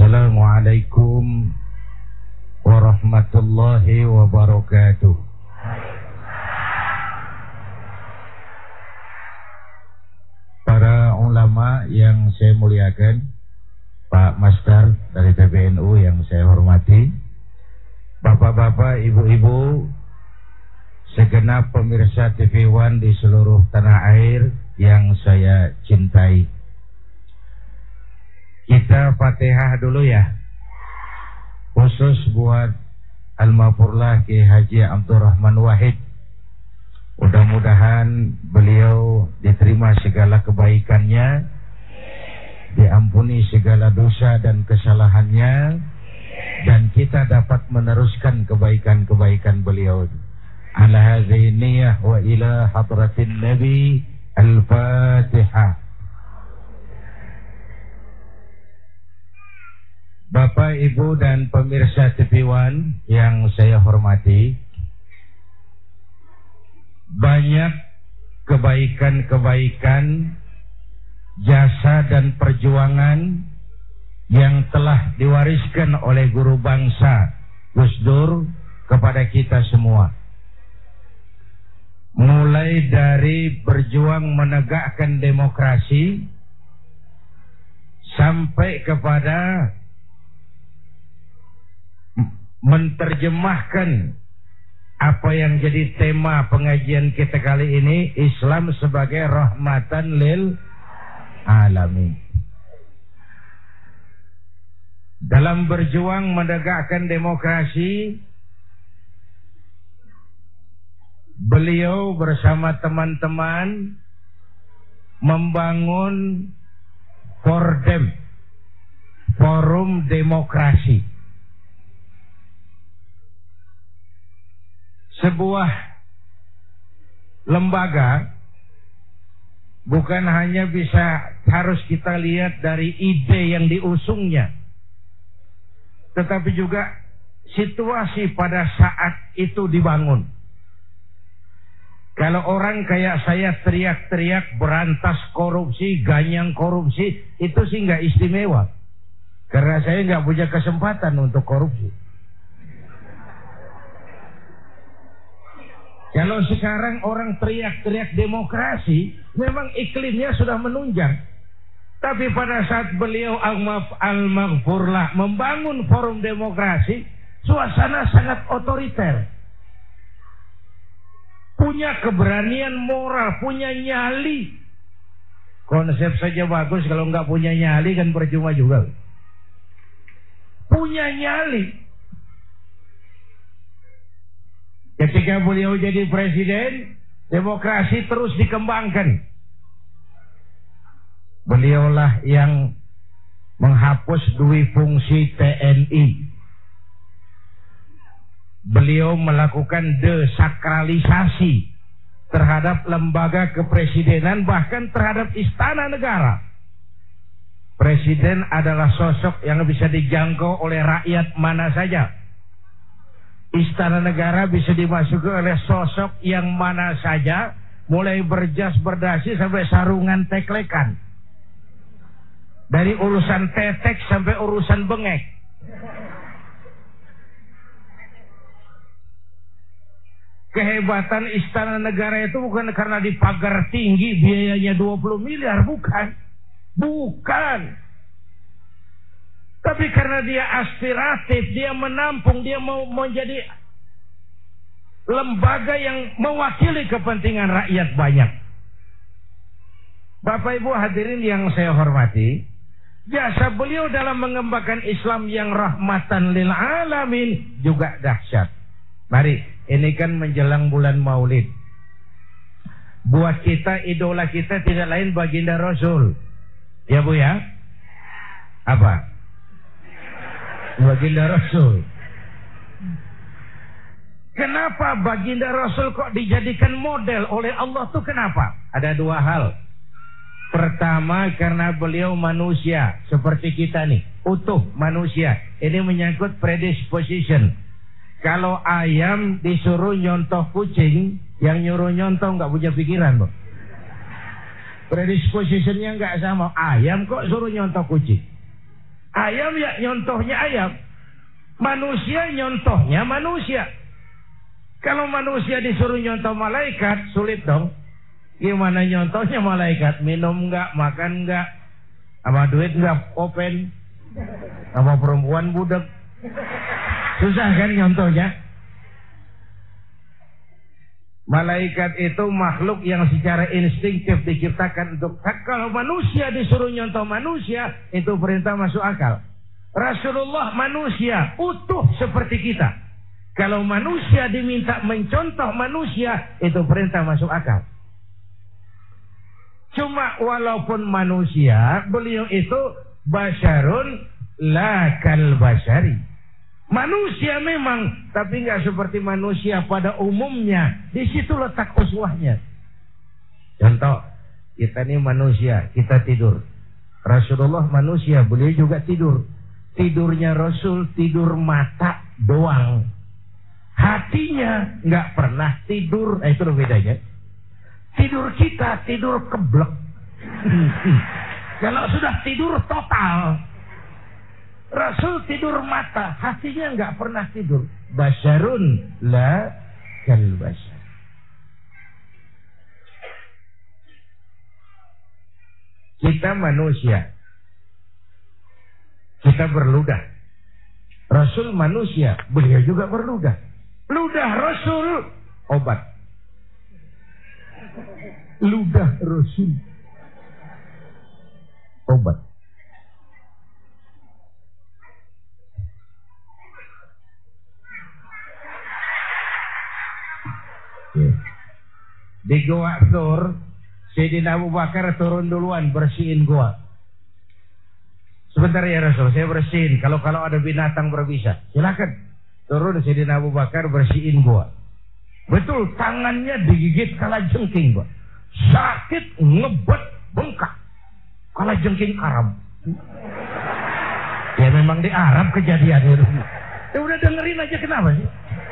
Assalamualaikum warahmatullahi wabarakatuh. Para ulama yang saya muliakan, Pak Master dari PBNU yang saya hormati, bapak-bapak, ibu-ibu, segenap pemirsa TV One di seluruh tanah air yang saya cintai. Kita Fatihah dulu ya, khusus buat Almarhum Ki Haji Abdurrahman Wahid. Mudah-mudahan beliau diterima segala kebaikannya, diampuni segala dosa dan kesalahannya, dan kita dapat meneruskan kebaikan-kebaikan beliau. Ala hadhihi niyyah wa ila hadratin Nabi. Al-Fatihah. Bapak, Ibu, dan pemirsa TV One yang saya hormati, banyak kebaikan-kebaikan, jasa dan perjuangan yang telah diwariskan oleh guru bangsa Gus Dur kepada kita semua. Mulai dari berjuang menegakkan demokrasi sampai kepada menterjemahkan apa yang jadi tema pengajian kita kali ini, Islam sebagai rahmatan lil alamin. Dalam berjuang menegakkan demokrasi, beliau bersama teman-teman membangun Fordem, Forum Demokrasi. Sebuah lembaga bukan hanya harus kita lihat dari ide yang diusungnya, tetapi juga situasi pada saat itu dibangun. Kalau orang kayak saya teriak-teriak berantas korupsi, ganyang korupsi, itu sih nggak istimewa, karena saya nggak punya kesempatan untuk korupsi. Kalau sekarang orang teriak-teriak demokrasi, memang iklimnya sudah menunjang. Tapi pada saat beliau al-maghfurlah membangun forum demokrasi, suasana sangat otoriter. Punya keberanian moral, punya nyali. Konsep saja bagus, kalau nggak punya nyali kan percuma juga. Punya nyali. Ketika beliau jadi presiden, demokrasi terus dikembangkan. Beliaulah yang menghapus dui fungsi TNI. Beliau melakukan desakralisasi terhadap lembaga kepresidenan, bahkan terhadap istana negara. Presiden adalah sosok yang bisa dijangkau oleh rakyat mana saja. Istana negara bisa dimasuki oleh sosok yang mana saja, mulai berjas berdasi sampai sarungan teklekan. Dari urusan tetek sampai urusan bengek. Kehebatan istana negara itu bukan karena dipagar tinggi biayanya 20 miliar, bukan. Bukan. Tapi karena dia aspiratif, dia menampung, dia mau menjadi lembaga yang mewakili kepentingan rakyat banyak. Bapak Ibu hadirin yang saya hormati, jasa beliau dalam mengembangkan Islam yang rahmatan lil alamin juga dahsyat. Mari, ini kan menjelang bulan Maulid. Buat kita, idola kita tidak lain baginda Rasul. Ya Bu ya? Apa? Baginda Rasul. Kenapa baginda Rasul kok dijadikan model oleh Allah tuh kenapa? Ada dua hal. Pertama, karena beliau manusia seperti kita nih, utuh manusia. Ini menyangkut predisposition. Kalau ayam disuruh nyontoh kucing, yang nyuruh nyontoh nggak punya pikiran, Bu. Predispositionnya nggak sama. Ayam kok suruh nyontoh kucing. Ayam ya nyontohnya ayam. Manusia nyontohnya manusia. Kalau manusia disuruh nyontoh malaikat, sulit dong. Gimana nyontohnya malaikat? Minum enggak, makan enggak, sama duit enggak open, sama perempuan budak. Susah kan nyontohnya? Malaikat itu makhluk yang secara instinktif diciptakan untuk, kalau manusia disuruh nyontoh manusia, itu perintah masuk akal. Rasulullah manusia utuh seperti kita. Kalau manusia diminta mencontoh manusia, itu perintah masuk akal. Cuma walaupun manusia, beliau itu basyarun la kal basyari. Manusia memang, tapi nggak seperti manusia pada umumnya. Di situ letak uswahnya. Contoh, kita ini manusia, kita tidur. Rasulullah manusia, beliau juga tidur. Tidurnya Rasul, tidur mata doang. Hatinya nggak pernah tidur. Itu loh bedanya. Tidur kita, tidur keblek. Kalau sudah tidur total. Rasul tidur mata, hatinya nggak pernah tidur. Basyarun la kal basyar. Kita manusia, kita berludah. Rasul manusia, beliau juga berludah. Ludah Rasul obat. Ludah Rasul obat. Di Goa Thur, Sayyidina Abu Bakar turun duluan bersihin goa. Sebentar ya Rasul, saya bersihin. Kalau ada binatang berbisa, silakan. Turun Sayyidina Abu Bakar bersihin goa. Betul, tangannya digigit kalajengking, Pak. Sakit, ngebet, bengkak. Kalajengking Arab. Ya memang di Arab kejadian itu. Ya udah dengerin aja, kenapa sih?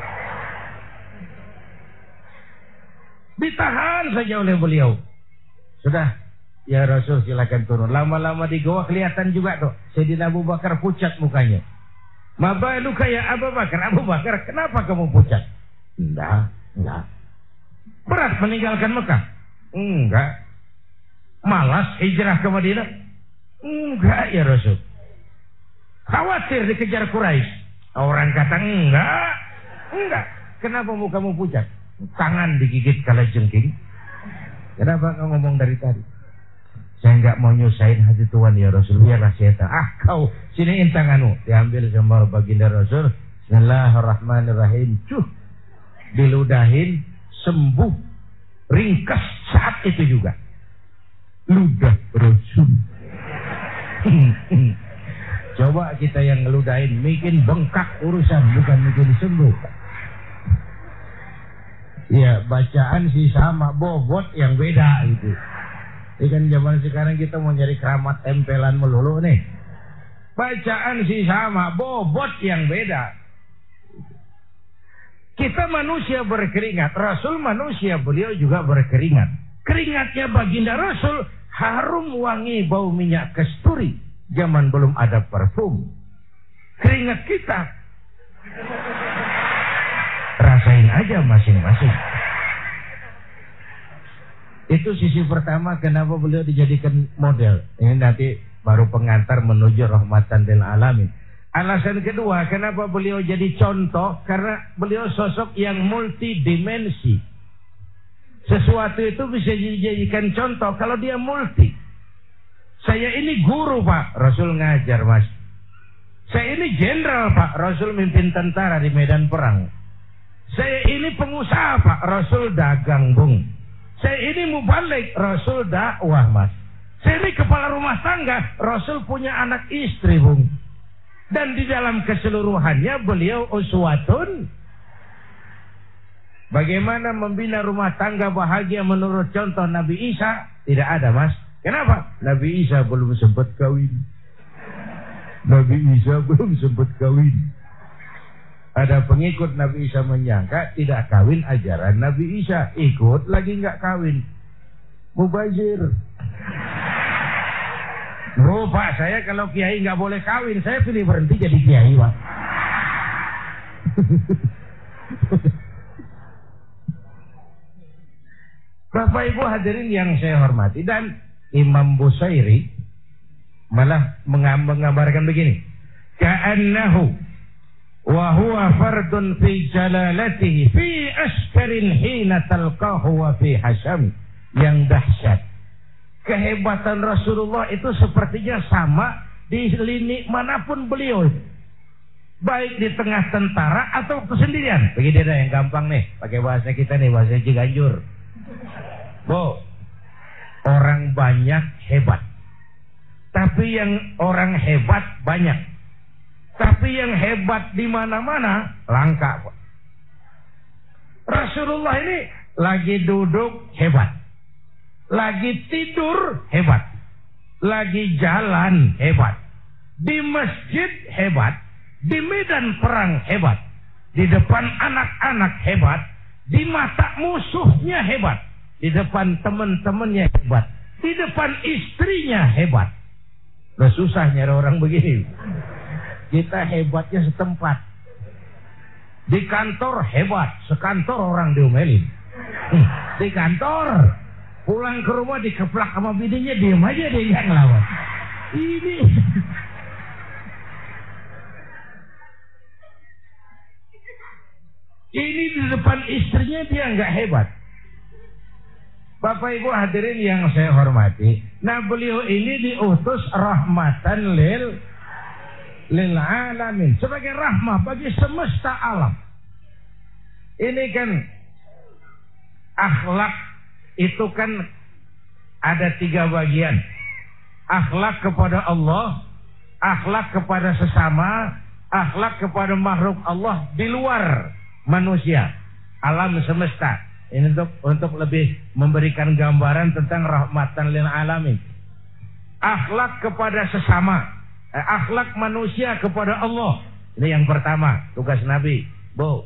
Ditahan saja oleh beliau. Sudah, ya Rasul silakan turun. Lama-lama di goa kelihatan juga tuh. Sayyidina Abu Bakar pucat mukanya. Mabaluka ya Abu Bakar. Abu Bakar, kenapa kamu pucat? Enggak. Berat meninggalkan Mekah? Enggak. Malas hijrah ke Madinah? Enggak ya Rasul. Khawatir dikejar Quraisy? Orang kata enggak. Kenapa mukamu pucat? Tangan digigit kalajengking. Kenapa kau ngomong dari tadi? Saya enggak mau nyusahin hati Tuhan ya Rasul. Biarlah saya tahu. Kau siniin tanganmu. Diambil sama baginda Rasul. Bismillahirrahmanirrahim. Diludahin, sembuh, ringkas saat itu juga. Ludah Rasul. Coba kita yang ngeludahin, bikin bengkak urusan, bukan bikin sembuh. Ya bacaan sih sama, bobot yang beda itu. Ini kan zaman sekarang kita mau nyari keramat tempelan melulu nih. Bacaan sih sama, bobot yang beda. Kita manusia berkeringat, Rasul manusia, beliau juga berkeringat. Keringatnya baginda Rasul harum wangi bau minyak kasturi. Zaman belum ada parfum. Keringat kita rasain aja masing-masing. Itu sisi pertama kenapa beliau dijadikan model. Ini nanti baru pengantar menuju rahmatan lil alamin. Alasan kedua kenapa beliau jadi contoh, karena beliau sosok yang multidimensi. Sesuatu itu bisa dijadikan contoh kalau dia multi. Saya ini guru Pak, Rasul ngajar Mas. Saya ini jenderal Pak, Rasul mimpin tentara di medan perang. Saya ini pengusaha Pak, Rasul dagang Bung. Saya ini mubalik, Rasul dakwah Mas. Saya ini kepala rumah tangga, Rasul punya anak istri Bung. Dan di dalam keseluruhannya beliau uswatun. Bagaimana membina rumah tangga bahagia menurut contoh Nabi Isa? Tidak ada Mas. Kenapa? Nabi Isa belum sempat kawin. Ada pengikut Nabi Isa menyangka tidak kawin ajaran Nabi Isa. Ikut lagi nggak kawin. Mubazir. Oh Pak, saya kalau kiai nggak boleh kawin, saya pilih berhenti jadi kiai Pak. Bapak Ibu hadirin yang saya hormati, dan Imam Busairi malah menggambarkan begini, ka'annahu wa huwa fardun fi jalalatihi fi askarin hina talqahu wa fi hasham. Yang dahsyat, kehebatan Rasulullah itu sepertinya sama di lini manapun beliau, baik di tengah tentara atau kesendirian. Begini dah yang gampang nih, pakai bahasa kita nih, bahasa Ciganjur. Bu, orang banyak hebat, tapi yang orang hebat banyak, tapi yang hebat di mana-mana langka. Rasulullah ini lagi duduk hebat, lagi tidur hebat, lagi jalan hebat, di masjid hebat, di medan perang hebat, di depan anak-anak hebat, di mata musuhnya hebat, di depan teman-temannya hebat, di depan istrinya hebat. Nah, susah nyari orang begini. Kita hebatnya setempat. Di kantor hebat, sekantor orang diomelin. Di kantor, pulang ke rumah dikeplak sama bininya, diem aja dia nggak ngelawan. Ini di depan istrinya dia nggak hebat. Bapak Ibu hadirin yang saya hormati, nah beliau ini diutus rahmatan lil alamin, sebagai rahmah bagi semesta alam. Ini kan akhlak itu kan ada 3 bagian. Akhlak kepada Allah, akhlak kepada sesama, akhlak kepada makhluk Allah di luar manusia, alam semesta. Ini untuk lebih memberikan gambaran tentang rahmatan lil alamin. Akhlak kepada sesama, akhlak manusia kepada Allah. Ini yang pertama, tugas Nabi. Bu,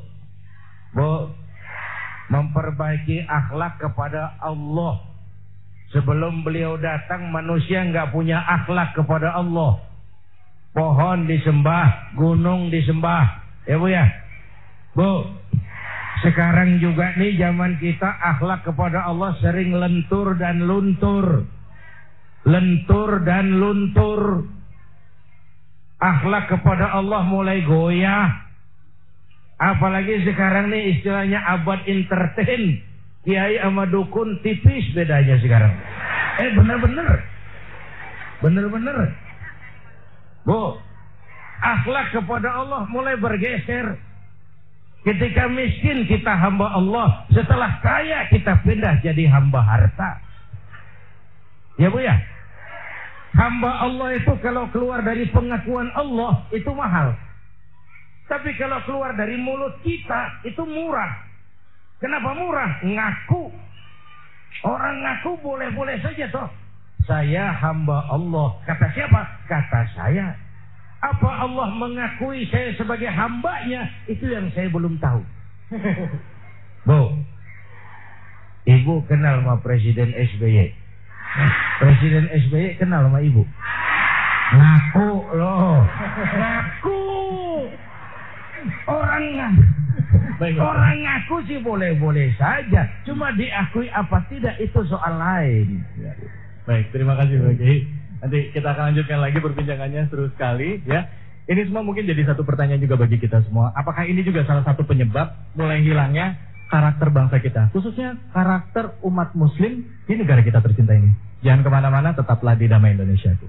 memperbaiki akhlak kepada Allah. Sebelum beliau datang, manusia nggak punya akhlak kepada Allah. Pohon disembah, gunung disembah, ya Bu ya. Bu, sekarang juga nih zaman kita akhlak kepada Allah sering lentur dan luntur. Lentur dan luntur. Akhlak kepada Allah mulai goyah. Apalagi sekarang nih istilahnya abad entertain. Kiai sama dukun tipis bedanya sekarang. Bener-bener. Bu, akhlak kepada Allah mulai bergeser. Ketika miskin kita hamba Allah, setelah kaya kita pindah jadi hamba harta. Ya Bu ya. Hamba Allah itu kalau keluar dari pengakuan Allah itu mahal. Tapi kalau keluar dari mulut kita itu murah. Kenapa murah? Ngaku. Orang ngaku boleh-boleh saja toh. Saya hamba Allah. Kata siapa? Kata saya. Apa Allah mengakui saya sebagai hambanya? Itu yang saya belum tahu. Bu, Ibu kenal sama Presiden SBY? Presiden SBY kenal sama Ibu? Ngaku loh. Ngaku. Orang ngaku sih boleh-boleh saja. Cuma diakui apa tidak itu soal lain. Baik, terima kasih Pak Kiai. Nanti kita akan lanjutkan lagi perbincangannya, seru sekali ya. Ini semua mungkin jadi satu pertanyaan juga bagi kita semua. Apakah ini juga salah satu penyebab mulai hilangnya karakter bangsa kita, khususnya karakter umat muslim di negara kita tercinta ini? Jangan kemana-mana, tetaplah di Damai Indonesiaku.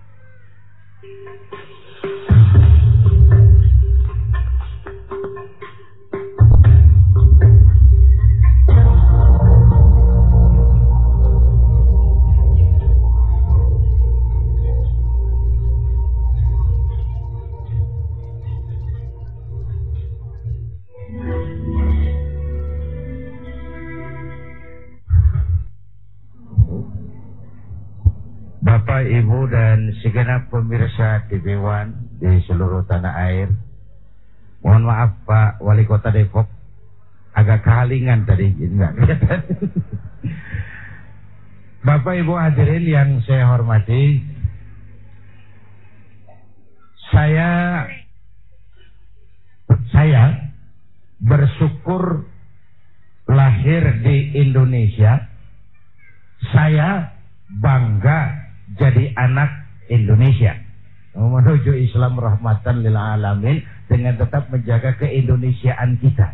Bapak, Ibu, dan segenap pemirsa TV One di seluruh tanah air. Mohon maaf Pak Wali Kota Depok, agak kehalingan tadi, enggak kelihatan. Bapak Ibu hadirin yang saya hormati, Saya bersyukur lahir di Indonesia. Saya bangga jadi anak Indonesia. Menuju Islam rahmatan lil alamin dengan tetap menjaga keindonesiaan kita.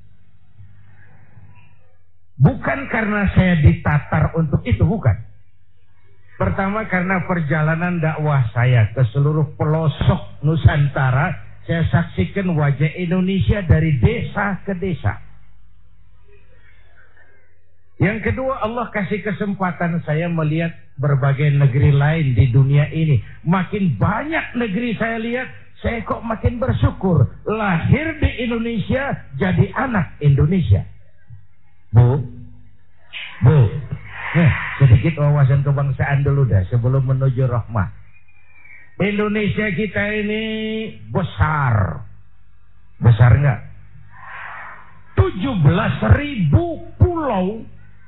Bukan karena saya ditatar untuk itu, bukan. Pertama karena perjalanan dakwah saya ke seluruh pelosok Nusantara, saya saksikan wajah Indonesia dari desa ke desa. Yang kedua, Allah kasih kesempatan saya melihat berbagai negeri lain di dunia ini. Makin banyak negeri saya lihat, saya kok makin bersyukur. Lahir di Indonesia, jadi anak Indonesia. Bu, sedikit wawasan kebangsaan dulu dah sebelum menuju rahmah. Indonesia kita ini besar. Besar enggak? 17.000 pulau.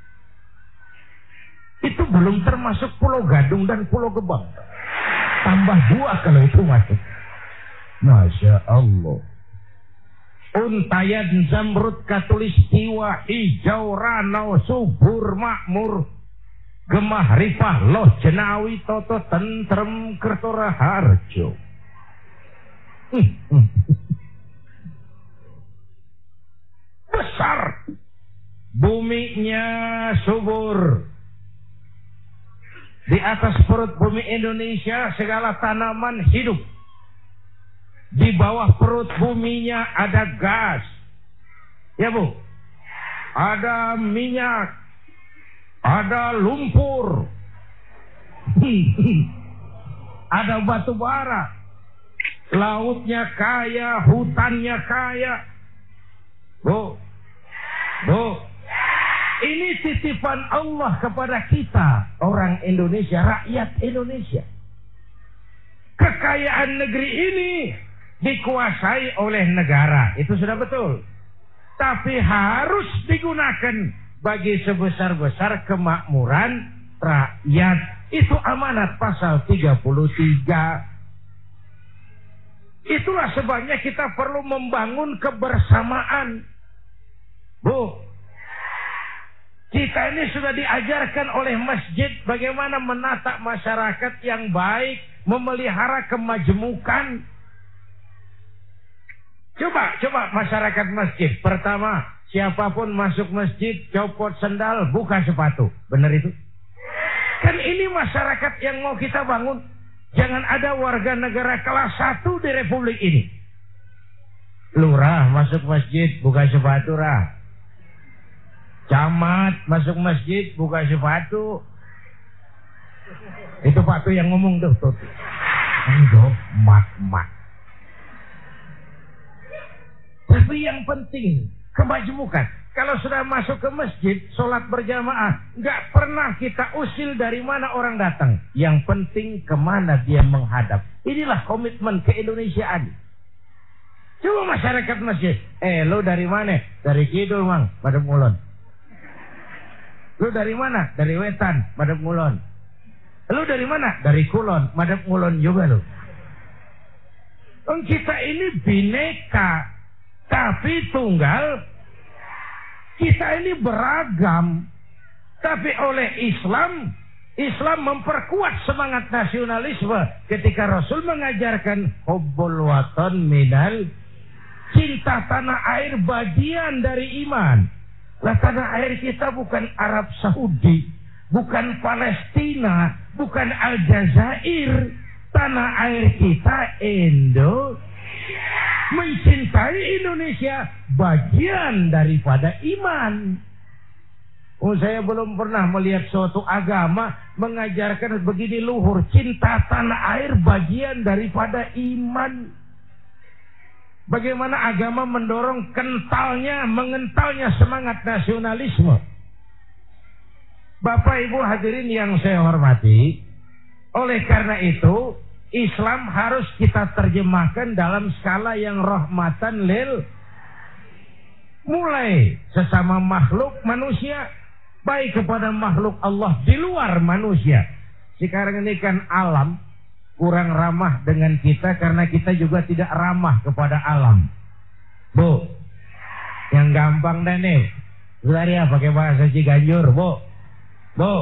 Itu belum termasuk Pulau Gadung dan Pulau Gebang. Tambah 2 kalau itu masuk. Masya Allah. Untayan Zamrud Katulistiwa hijau ranau subur makmur gemah ripah loh jenawi toto tentrem kertora harjo. Besar, buminya subur. Di atas perut bumi Indonesia segala tanaman hidup. Di bawah perut buminya ada gas. Ya Bu. Ada minyak. Ada lumpur. Ada batu bara. Lautnya kaya, hutannya kaya. Bu. Ini titipan Allah kepada kita, orang Indonesia, rakyat Indonesia. Kekayaan negeri ini dikuasai oleh negara, itu sudah betul. Tapi harus digunakan bagi sebesar-besar kemakmuran rakyat. Itu amanat pasal 33. Itulah sebabnya kita perlu membangun kebersamaan. Bu, kita ini sudah diajarkan oleh masjid bagaimana menata masyarakat yang baik, memelihara kemajemukan. Coba masyarakat masjid. Pertama, siapapun masuk masjid, copot sendal, buka sepatu. Benar itu? Kan ini masyarakat yang mau kita bangun. Jangan ada warga negara kelas 1 di republik ini. Lurah masuk masjid, buka sepatu, rah. Camat masuk masjid, buka sepatu. Itu Pak tuh yang ngomong tuh. Enggak, mak. Tapi yang penting kemajemukan. Kalau sudah masuk ke masjid, sholat berjamaah, nggak pernah kita usil dari mana orang datang. Yang penting kemana dia menghadap. Inilah komitmen keindonesiaan. Coba masyarakat masjid. Lo dari mana? Dari kidul, Mang, madep ngulon. Lo dari mana? Dari wetan, madep ngulon. Lo dari mana? Dari kulon, madep ngulon juga lo. Kita ini bineka, tapi tunggal. Kita ini beragam, tapi oleh Islam memperkuat semangat nasionalisme ketika Rasul mengajarkan hubbul watan minal, cinta tanah air bagian dari iman. Lah tanah air kita bukan Arab Saudi, bukan Palestina, bukan Aljazair. Tanah air kita Indonesia. Mencintai Indonesia bagian daripada iman. Saya belum pernah melihat suatu agama mengajarkan begini luhur. Cinta tanah air bagian daripada iman. Bagaimana agama mendorong mengentalnya semangat nasionalisme. Bapak Ibu hadirin yang saya hormati, oleh karena itu Islam harus kita terjemahkan dalam skala yang rahmatan lil, mulai sesama makhluk manusia, baik kepada makhluk Allah di luar manusia. Sekarang ini kan alam kurang ramah dengan kita karena kita juga tidak ramah kepada alam. Bu, yang gampang dah nih. Bentar ya pakai bahasa Ciganjur, Bu. Bu.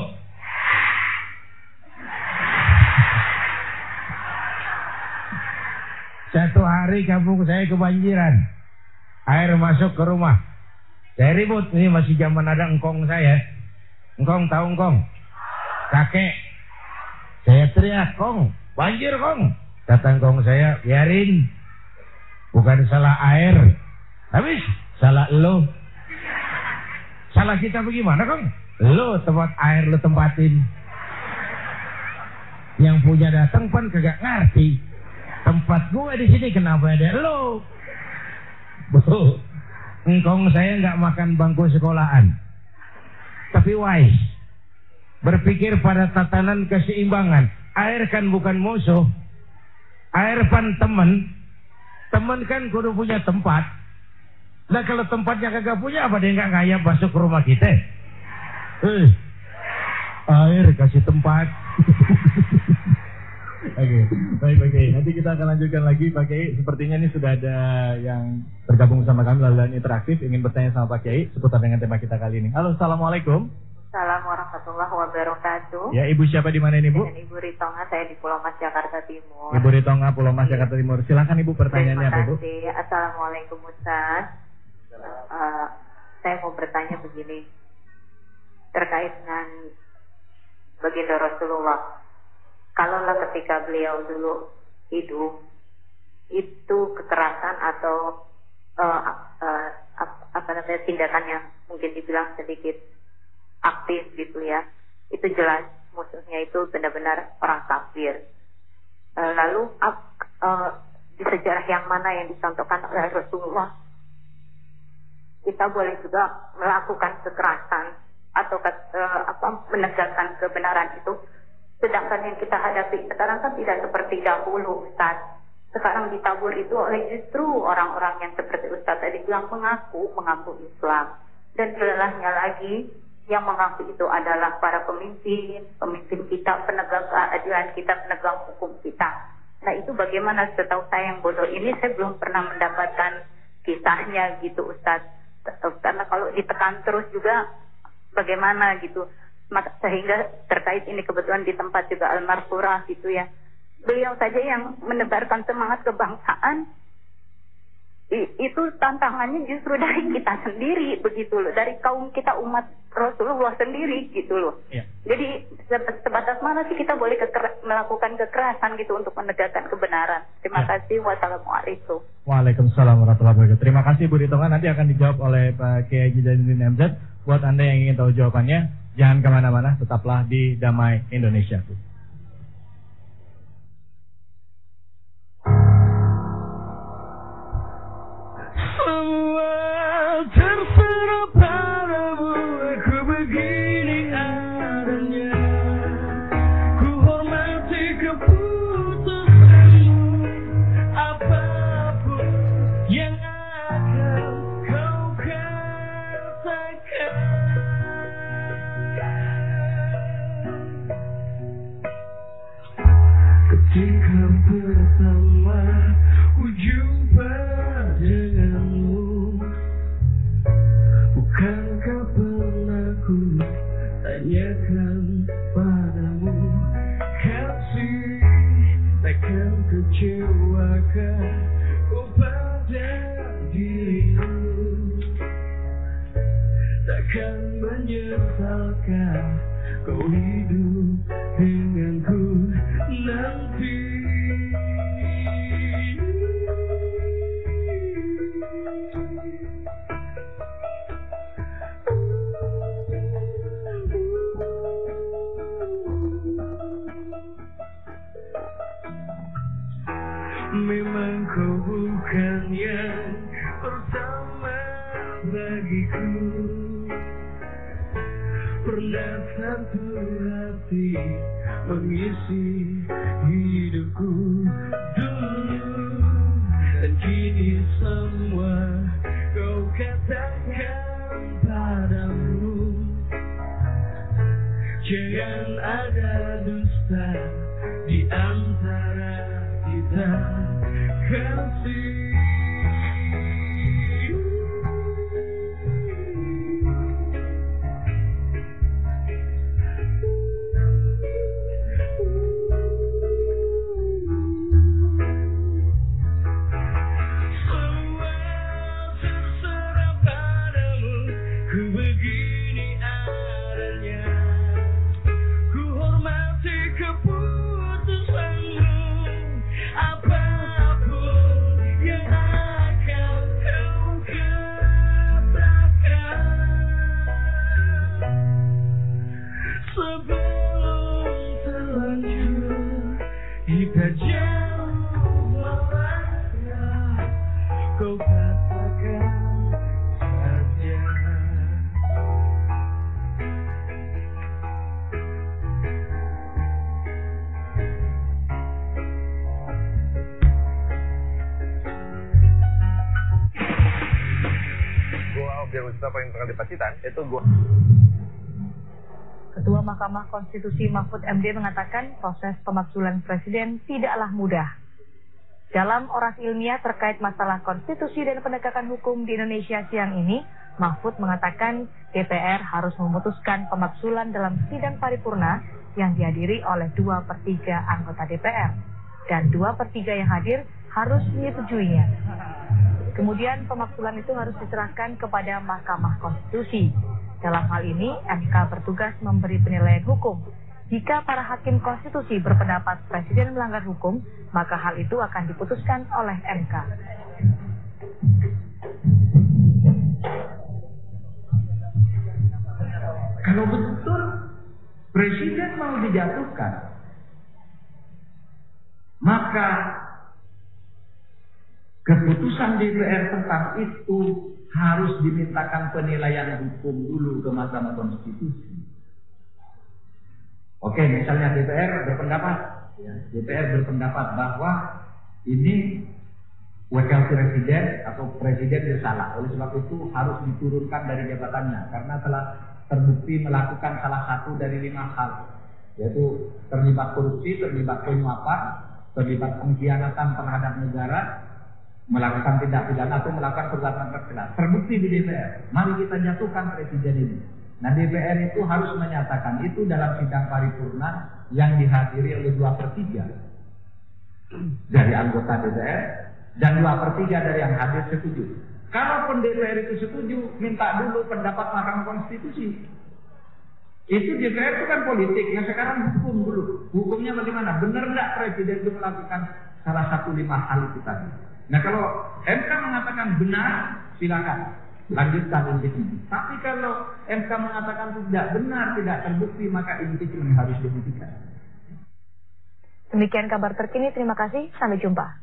Satu hari kampung saya kebanjiran. Air masuk ke rumah. Saya ribut, ini masih zaman ada engkong saya. Engkong tahu engkong? Kakek. Saya teriak, "Kong, banjir Kong." Kata engkong saya, "Biarin. Bukan salah air. Habis salah lo." Salah kita bagaimana, Kong? Lo tempat air lo tempatin. Yang punya datang pun kagak ngerti. Tempat gue di sini kenapa ada lo? Bu, engkong saya nggak makan bangku sekolahan, tapi wise, berpikir pada tatanan keseimbangan. Air kan bukan musuh, air pan teman. Teman kan kudu punya tempat. Nah kalau tempatnya kagak punya, apa dia nggak ngayap masuk ke rumah kita? Air kasih tempat. Oke, baik Pak Kiai. Nanti kita akan lanjutkan lagi Pak Kiai. Sepertinya ini sudah ada yang bergabung sama kami melalui interaktif, ingin bertanya sama Pak Kiai seputar dengan tema kita kali ini. Halo, assalamualaikum. Assalamualaikum warahmatullahi wabarakatuh. Ya, Ibu siapa di mana ini, Bu? Dengan Ibu Ritonga, saya di Pulau Mas, Jakarta Timur. Ibu Ritonga, Pulau Mas, Jakarta Timur. Silakan Ibu, pertanyaannya apa, Bu? Terima kasih. Assalamualaikum Ustaz. Saya mau bertanya begini, terkait dengan baginda Rasulullah. Kalaulah ketika beliau dulu hidup, itu kekerasan atau tindakan yang mungkin dibilang sedikit aktif gitu ya, itu jelas musuhnya itu benar-benar orang kafir. Lalu di sejarah yang mana yang dicontohkan oleh Rasulullah, kita boleh juga melakukan kekerasan atau menegakkan kebenaran itu, sedangkan yang kita hadapi sekarang kan tidak seperti dahulu, Ustaz. Sekarang ditabur itu oleh justru orang-orang yang seperti Ustaz tadi bilang mengaku Islam. Dan jelasnya lagi, yang mengaku itu adalah para pemimpin kita, penegak keadilan kita, penegak hukum kita. Nah itu bagaimana? Setahu saya yang bodoh ini, saya belum pernah mendapatkan kisahnya gitu, Ustaz. Karena kalau ditekan terus juga bagaimana gitu. Sehingga terkait ini kebetulan di tempat juga Al-Marfurah gitu ya, beliau saja yang menebarkan semangat kebangsaan. Itu tantangannya justru dari kita sendiri begitu loh, dari kaum kita umat Rasulullah sendiri gitu loh ya. Jadi sebatas mana sih kita boleh melakukan kekerasan gitu untuk menegakkan kebenaran. Terima kasih. Wassalamualaikum. Waalaikumsalam warahmatullahi wabarakatuh. Terima kasih Bu Ritonga, nanti akan dijawab oleh Pak Kiai Haji Zainuddin MZ. Buat Anda yang ingin tahu jawabannya, jangan kemana-mana, tetaplah di Damai Indonesia. Semua terserah padamu, aku begini adanya. Ku hormati keputusanmu, apapun yang akan kau katakan. Ketika pertama ku jumpa denganmu, bukankah pernah ku tanyakan padamu, kasih takkan kecewakan ku pada dirimu, takkan menyesalkan kau hidup denganku nanti. Memang kau bukan yang pertama bagiku, pernah satu hati mengisi hidupku dulu, dan kini semua kau katakan padamu. Jangan ada dusta di antara Ketua Mahkamah Konstitusi Mahfud MD mengatakan proses pemakzulan presiden tidaklah mudah. Dalam orasi ilmiah terkait masalah konstitusi dan penegakan hukum di Indonesia siang ini, Mahfud mengatakan DPR harus memutuskan pemakzulan dalam sidang paripurna yang dihadiri oleh 2/3 anggota DPR. Dan 2/3 yang hadir harus menyetujuinya. Kemudian pemakzulan itu harus diserahkan kepada Mahkamah Konstitusi. Dalam hal ini, MK bertugas memberi penilaian hukum. Jika para hakim konstitusi berpendapat presiden melanggar hukum, maka hal itu akan diputuskan oleh MK. Kalau betul presiden mau dijatuhkan, maka keputusan DPR tentang itu harus dimintakan penilaian hukum dulu ke Mahkamah Konstitusi. Oke, misalnya DPR berpendapat bahwa ini wakil presiden atau presiden bersalah, oleh sebab itu harus diturunkan dari jabatannya karena telah terbukti melakukan salah satu dari 5 hal, yaitu terlibat korupsi, terlibat penyuapan, terlibat pengkhianatan terhadap negara, melakukan tindak pidana atau melakukan perbuatan tercela. Terbukti di DPR. Mari kita jatuhkan presiden ini. Nah, DPR itu harus menyatakan itu dalam sidang paripurna yang dihadiri oleh 2/3 dari anggota DPR dan 2/3 dari yang hadir setuju. Kalaupun DPR itu setuju, minta dulu pendapat Mahkamah Konstitusi. Itu DPR itu kan politik. Yang sekarang hukum dulu. Hukumnya bagaimana? Benar nggak presiden itu melakukan salah satu 5 hal itu tadi? Nah, kalau MK mengatakan benar, silakan lanjutkan impeachment. Tapi kalau MK mengatakan tidak benar, tidak terbukti, maka impeachment harus dihentikan. Demikian kabar terkini. Terima kasih. Sampai jumpa.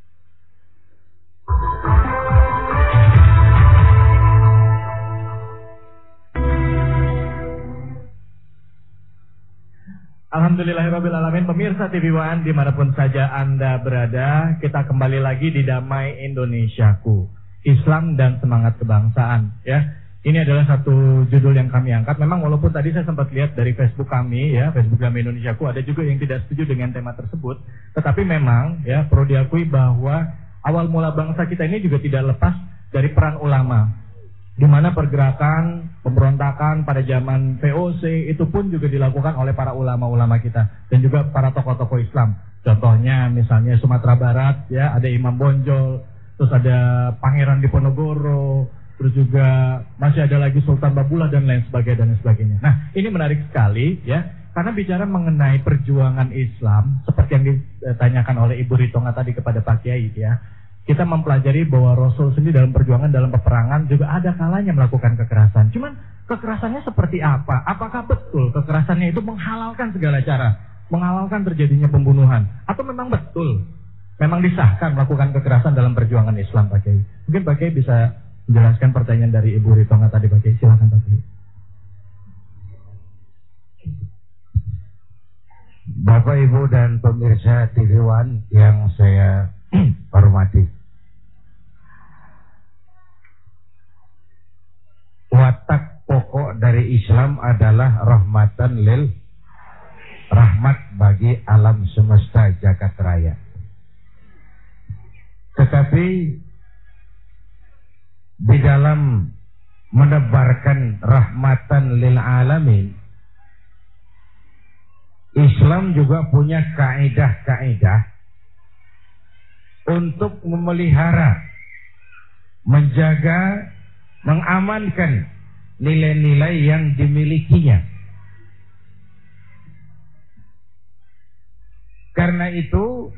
Alhamdulillahirrabbilalamin. Pemirsa TV One dimanapun saja Anda berada, kita kembali lagi di Damai Indonesiaku, Islam dan Semangat Kebangsaan. Ya, ini adalah satu judul yang kami angkat. Memang walaupun tadi saya sempat lihat dari Facebook kami, ya, Facebook Damai Indonesiaku, ada juga yang tidak setuju dengan tema tersebut. Tetapi memang, ya, perlu diakui bahwa awal mula bangsa kita ini juga tidak lepas dari peran ulama. Di mana pergerakan pemberontakan pada zaman VOC itu pun juga dilakukan oleh para ulama-ulama kita dan juga para tokoh-tokoh Islam. Contohnya misalnya Sumatera Barat, ya, ada Imam Bonjol, terus ada Pangeran Diponegoro, terus juga masih ada lagi Sultan Babullah dan lain sebagainya. Nah, ini menarik sekali, ya, karena bicara mengenai perjuangan Islam seperti yang ditanyakan oleh Ibu Ritonga tadi kepada Pak Kiai, ya. Kita mempelajari bahwa Rasul sendiri dalam perjuangan, dalam peperangan juga ada kalanya melakukan kekerasan. Cuman kekerasannya seperti apa? Apakah betul kekerasannya itu menghalalkan segala cara? Menghalalkan terjadinya pembunuhan? Atau memang betul? Memang disahkan melakukan kekerasan dalam perjuangan Islam, Pak Kiai? Mungkin Pak Kiai bisa menjelaskan pertanyaan dari Ibu Ritonga tadi, Pak Kiai. Silakan, Pak Kiai. Bapak, Ibu, dan pemirsa TV One yang saya hormati. Watak pokok dari Islam adalah rahmatan lil, rahmat bagi alam semesta jagat raya. Tetapi di dalam menebarkan rahmatan lil alamin, Islam juga punya kaidah-kaidah untuk memelihara, menjaga, mengamankan nilai-nilai yang dimilikinya. Karena itu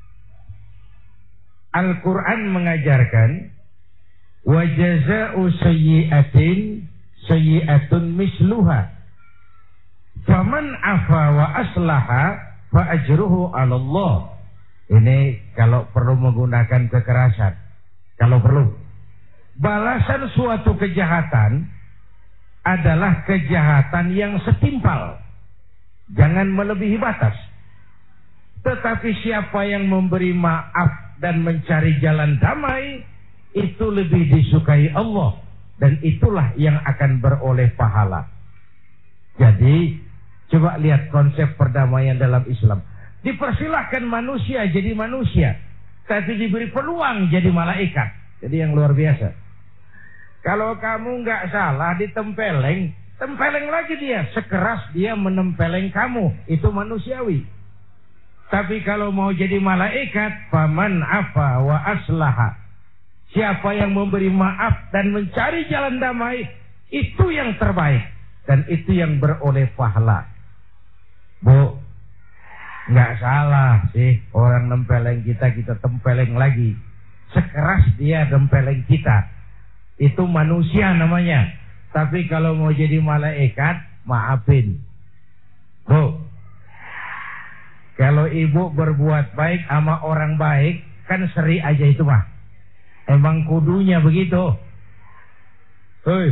Al-Quran mengajarkan wa jazaa'u sayyi'atin sayyi'atun misluha faman afa wa aslaha fa ajruhu 'ala Allah. Ini kalau perlu menggunakan kekerasan, kalau perlu. Balasan suatu kejahatan adalah kejahatan yang setimpal, jangan melebihi batas. Tetapi siapa yang memberi maaf dan mencari jalan damai, itu lebih disukai Allah, dan itulah yang akan beroleh pahala. Jadi coba lihat konsep perdamaian dalam Islam. Dipersilahkan manusia jadi manusia, tapi diberi peluang jadi malaikat. Jadi yang luar biasa. Kalau kamu nggak salah ditempeleng, tempeleng lagi dia. Sekeras dia menempeleng kamu, itu manusiawi. Tapi kalau mau jadi malaikat, faman afa wa aslaha, siapa yang memberi maaf dan mencari jalan damai, itu yang terbaik, dan itu yang beroleh pahala. Bu, nggak salah sih orang nempeleng kita, kita tempeleng lagi. Sekeras dia nempeleng kita, itu manusia namanya. Tapi kalau mau jadi malaikat, maafin. Bu, kalau ibu berbuat baik sama orang baik, kan seri aja itu mah. Emang kudunya begitu. Hei.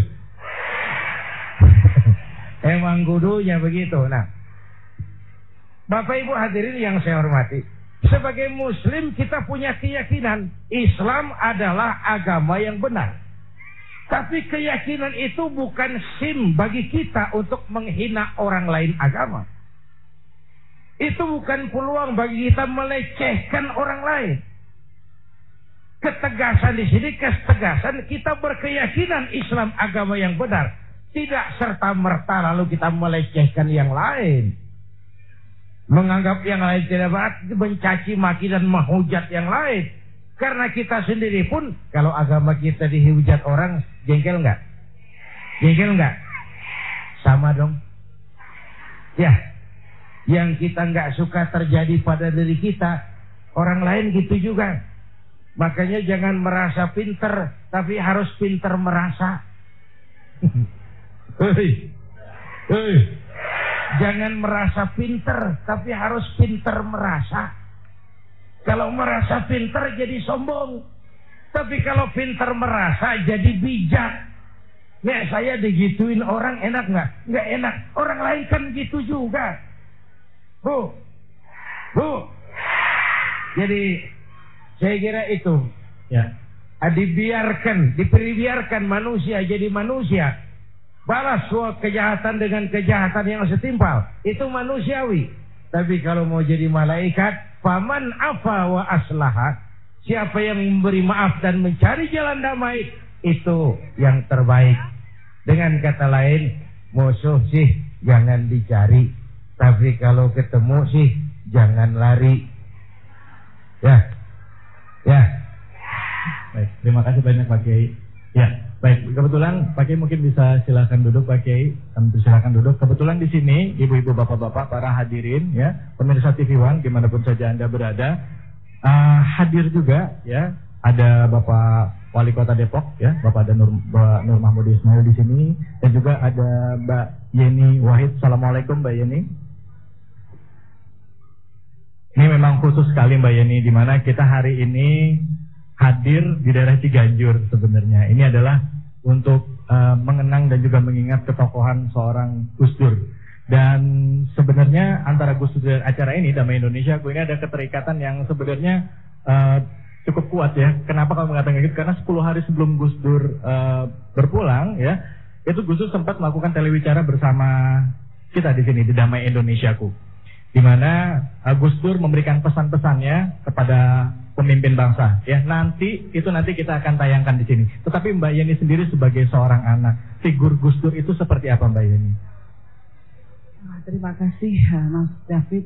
Emang kudunya begitu. Nah, Bapak Ibu hadirin yang saya hormati, sebagai Muslim kita punya keyakinan Islam adalah agama yang benar. Tapi keyakinan itu bukan SIM bagi kita untuk menghina orang lain agama. Itu bukan peluang bagi kita melecehkan orang lain. Ketegasan di sini, ketegasan kita berkeyakinan Islam agama yang benar. Tidak serta-merta lalu kita melecehkan yang lain. Menganggap yang lain tidak benar, mencaci maki dan menghujat yang lain. Karena kita sendiri pun, kalau agama kita dihujat orang, jengkel nggak? Jengkel nggak? Sama dong. Ya. Yang kita nggak suka terjadi pada diri kita, orang lain gitu juga. Makanya jangan merasa pinter, tapi harus pinter merasa. Jangan merasa pinter, tapi harus pinter merasa. Kalau merasa pinter jadi sombong, tapi kalau pinter merasa jadi bijak. Nek saya digituin orang enak nggak? Nggak enak. Orang lain kan gitu juga. Bu. Jadi saya kira itu ya, dibiarkan manusia jadi manusia, balas suatu kejahatan dengan kejahatan yang setimpal, itu manusiawi. Tapi kalau mau jadi malaikat, faman afa wa aslaha, siapa yang memberi maaf dan mencari jalan damai, itu yang terbaik. Dengan kata lain, musuh sih jangan dicari, tapi kalau ketemu sih jangan lari. Ya. Baik, terima kasih banyak Pak Kiai. Ya, baik. Kebetulan Pak Kiai mungkin bisa silakan duduk Pak Kiai. Silakan duduk. Kebetulan di sini ibu-ibu, bapak-bapak, para hadirin ya, pemirsa TV One dimanapun saja Anda berada, hadir juga ya. Ada Bapak Wali Kota Depok ya, Bapak ada Nur Mahmud Ismail di sini, dan juga ada Mbak Yeni Wahid. Assalamualaikum Mbak Yeni. Ini memang khusus sekali Mbak Yeni, di mana kita hari ini hadir di daerah Ciganjur sebenarnya. Ini adalah untuk mengenang dan juga mengingat ketokohan seorang Gus Dur. Dan sebenarnya antara Gus Dur dan acara ini, Damai Indonesia, ini ada keterikatan yang sebenarnya cukup kuat ya. Kenapa kalau mengatakan gitu? Karena 10 hari sebelum Gus Dur berpulang ya, itu Gus Dur sempat melakukan telewicara bersama kita di sini di Damai Indonesiaku, di mana Gus Dur memberikan pesan-pesannya kepada pemimpin bangsa. Ya, nanti kita akan tayangkan di sini. Tetapi Mbak Yeni sendiri sebagai seorang anak, figur Gus Dur itu seperti apa Mbak Yeni? Terima kasih Mas David.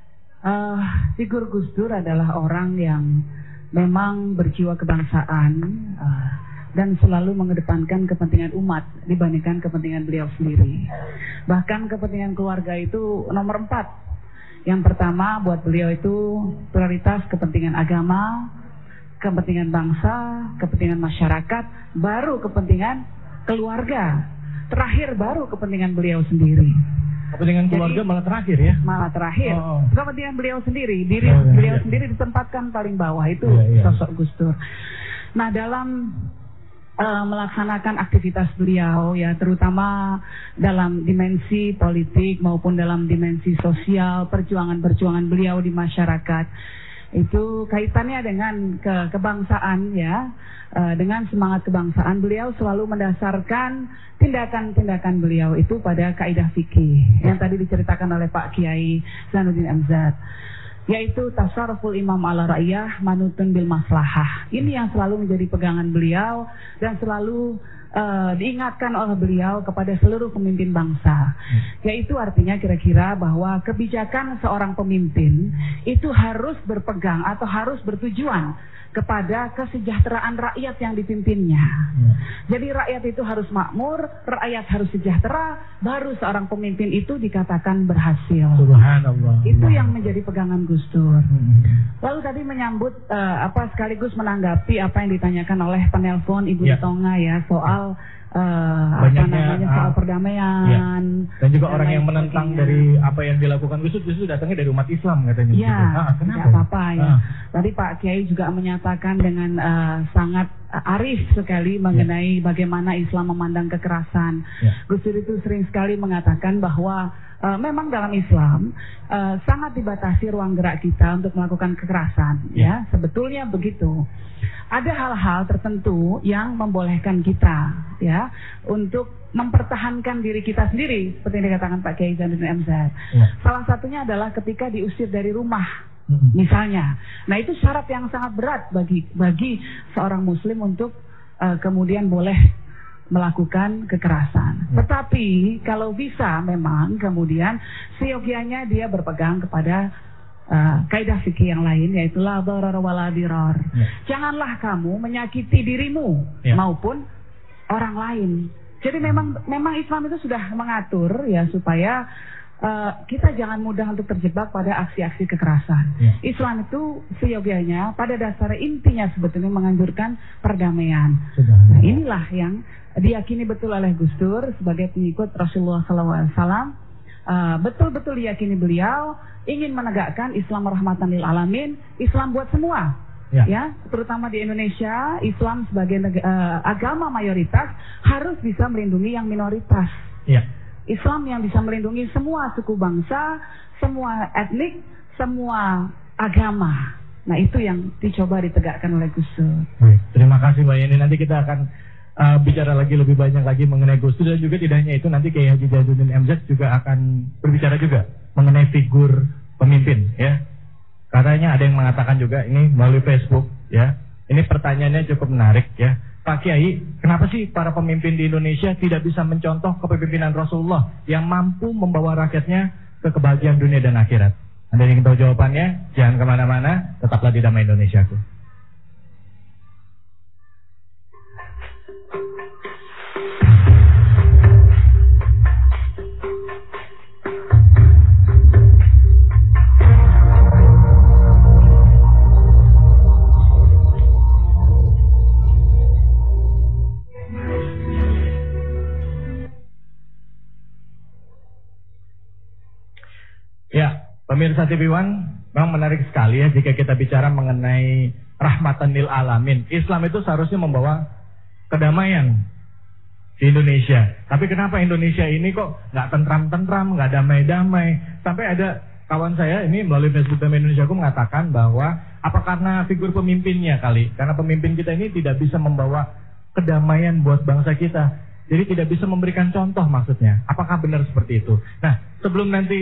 Figur Gus Dur adalah orang yang memang berjiwa kebangsaan dan selalu mengedepankan kepentingan umat dibandingkan kepentingan beliau sendiri. Bahkan kepentingan keluarga itu nomor 4. Yang pertama buat beliau itu prioritas kepentingan agama, kepentingan bangsa, kepentingan masyarakat, baru kepentingan keluarga, terakhir baru kepentingan beliau sendiri. Kepentingan keluarga malah terakhir ya? Malah terakhir. Kepentingan beliau sendiri, beliau sendiri ditempatkan paling bawah, itu sosok Gus Dur. Nah, dalam melaksanakan aktivitas beliau ya, terutama dalam dimensi politik maupun dalam dimensi sosial, perjuangan beliau di masyarakat itu kaitannya dengan kebangsaan ya, dengan semangat kebangsaan beliau selalu mendasarkan tindakan-tindakan beliau itu pada kaidah fikih yang tadi diceritakan oleh Pak Kiai Zainuddin Amzad, yaitu tasarruful imam ala ra'iyah manutun bil maslahah. Ini yang selalu menjadi pegangan beliau dan selalu diingatkan oleh beliau kepada seluruh pemimpin bangsa. Yaitu artinya kira-kira bahwa kebijakan seorang pemimpin itu harus berpegang atau harus bertujuan kepada kesejahteraan rakyat yang dipimpinnya. Jadi rakyat itu harus makmur, rakyat harus sejahtera, baru seorang pemimpin itu dikatakan berhasil. Subhanallah. Itu yang menjadi pegangan Gus Dur. Lalu tadi menyambut sekaligus menanggapi apa yang ditanyakan oleh penelpon Ibu Tonga ya, soal soal perdamaian dan juga orang yang menentang dari apa yang dilakukan Gus Dur justru datangnya dari umat Islam katanya. Ya, tidak apa-apa ya. Tadi Pak Kiai juga menyatakan dengan sangat arif sekali mengenai bagaimana Islam memandang kekerasan. Gus Dur itu sering sekali mengatakan bahwa memang dalam Islam sangat dibatasi ruang gerak kita untuk melakukan kekerasan. Ya, sebetulnya begitu. Ada hal-hal tertentu yang membolehkan kita ya untuk mempertahankan diri kita sendiri seperti yang dikatakan Pak Kiai Zainuddin Amzad. Salah satunya adalah ketika diusir dari rumah misalnya. Nah, itu syarat yang sangat berat bagi seorang muslim untuk kemudian boleh melakukan kekerasan. Tetapi kalau bisa memang kemudian seyogianya dia berpegang kepada kaidah fikih yang lain, yaitu la darar wala dirar. Janganlah kamu menyakiti dirimu maupun orang lain. Jadi memang Islam itu sudah mengatur ya supaya kita jangan mudah untuk terjebak pada aksi-aksi kekerasan. Islam itu seyogianya pada dasar intinya sebetulnya menganjurkan perdamaian. Nah, inilah yang diyakini betul oleh Gus Dur sebagai pengikut Rasulullah SAW. Betul-betul diyakini beliau ingin menegakkan Islam rahmatan lil alamin, Islam buat semua. Ya, terutama di Indonesia, Islam sebagai agama mayoritas harus bisa melindungi yang minoritas. Islam yang bisa melindungi semua suku bangsa, semua etnik, semua agama. Nah, itu yang dicoba ditegakkan oleh Gus Dur. Baik, terima kasih Mbak Yeni. Nanti kita akan bicara lebih banyak lagi mengenai Gus Dur, dan juga tidak hanya itu, nanti Kiai Haji Zainuddin Amzad juga akan berbicara juga mengenai figur pemimpin ya. Katanya ada yang mengatakan juga ini melalui Facebook ya. Ini pertanyaannya cukup menarik ya. Pak Kiai, kenapa sih para pemimpin di Indonesia tidak bisa mencontoh kepemimpinan Rasulullah yang mampu membawa rakyatnya ke kebahagiaan dunia dan akhirat? Anda ingin tahu jawabannya? Jangan kemana-mana, tetaplah di Damai Indonesiaku. Ya, pemirsa TV One, memang menarik sekali ya jika kita bicara mengenai rahmatan lil alamin. Islam itu seharusnya membawa kedamaian di Indonesia. Tapi kenapa Indonesia ini kok nggak tentram-tentram, nggak damai-damai? Sampai ada kawan saya ini melalui Facebook Damai Indonesia aku mengatakan bahwa apa karena figur pemimpinnya kali? Karena pemimpin kita ini tidak bisa membawa kedamaian buat bangsa kita. Jadi tidak bisa memberikan contoh maksudnya. Apakah benar seperti itu? Nah, sebelum nanti